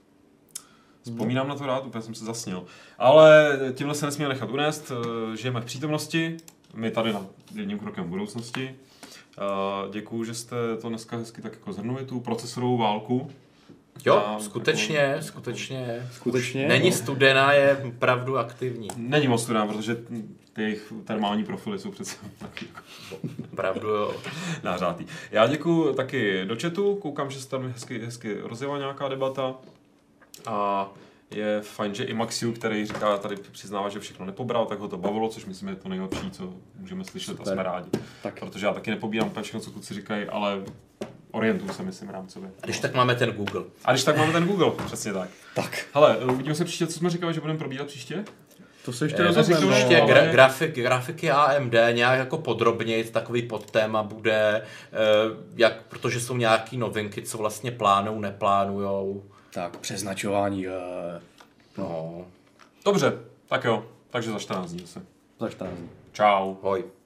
vzpomínám na to rád, úplně jsem se zasnil. Ale tímhle se nesmíme nechat unést, žijeme v přítomnosti, my tady na jedním krokem v budoucnosti. Děkuju, že jste to dneska hezky tak jako zhrnuli, tu procesorovou válku. Jo, a skutečně, jako, skutečně. Skutečně. Není studená, je opravdu aktivní. Není moc studená, protože ty jejich termální profily jsou přece taky jako opravdu jo. Nahřátý. Já děkuju taky do chatu, koukám, že se tam hezky, hezky rozjela nějaká debata. A je fajn, že i Maxiu, který říká, tady přiznává, že všechno nepobral, tak ho to bavilo, což myslím je to nejlepší, co můžeme slyšet. Super. A jsme rádi. Tak. Protože já taky nepobírám úplně všechno, co kluci říkají, ale orientuju se, myslím, rámcově. A když tak máme ten Google. A když tak máme ten Google, přesně tak. Tak. Hele, uvidíme se příště, co jsme říkali, že budeme probírat příště? To se ještě rozhodneme. Příště no, gra- grafik, grafiky A M D nějak jako podrobněji, takový podtéma bude, eh, jak, protože jsou nějaký novinky, co vlastně plánujou, neplánujou. Tak, přeznačování. Uh, no. Dobře, tak jo, takže za čtrnáct dní zase. Za čtrnáct dní. Čau. Hoj.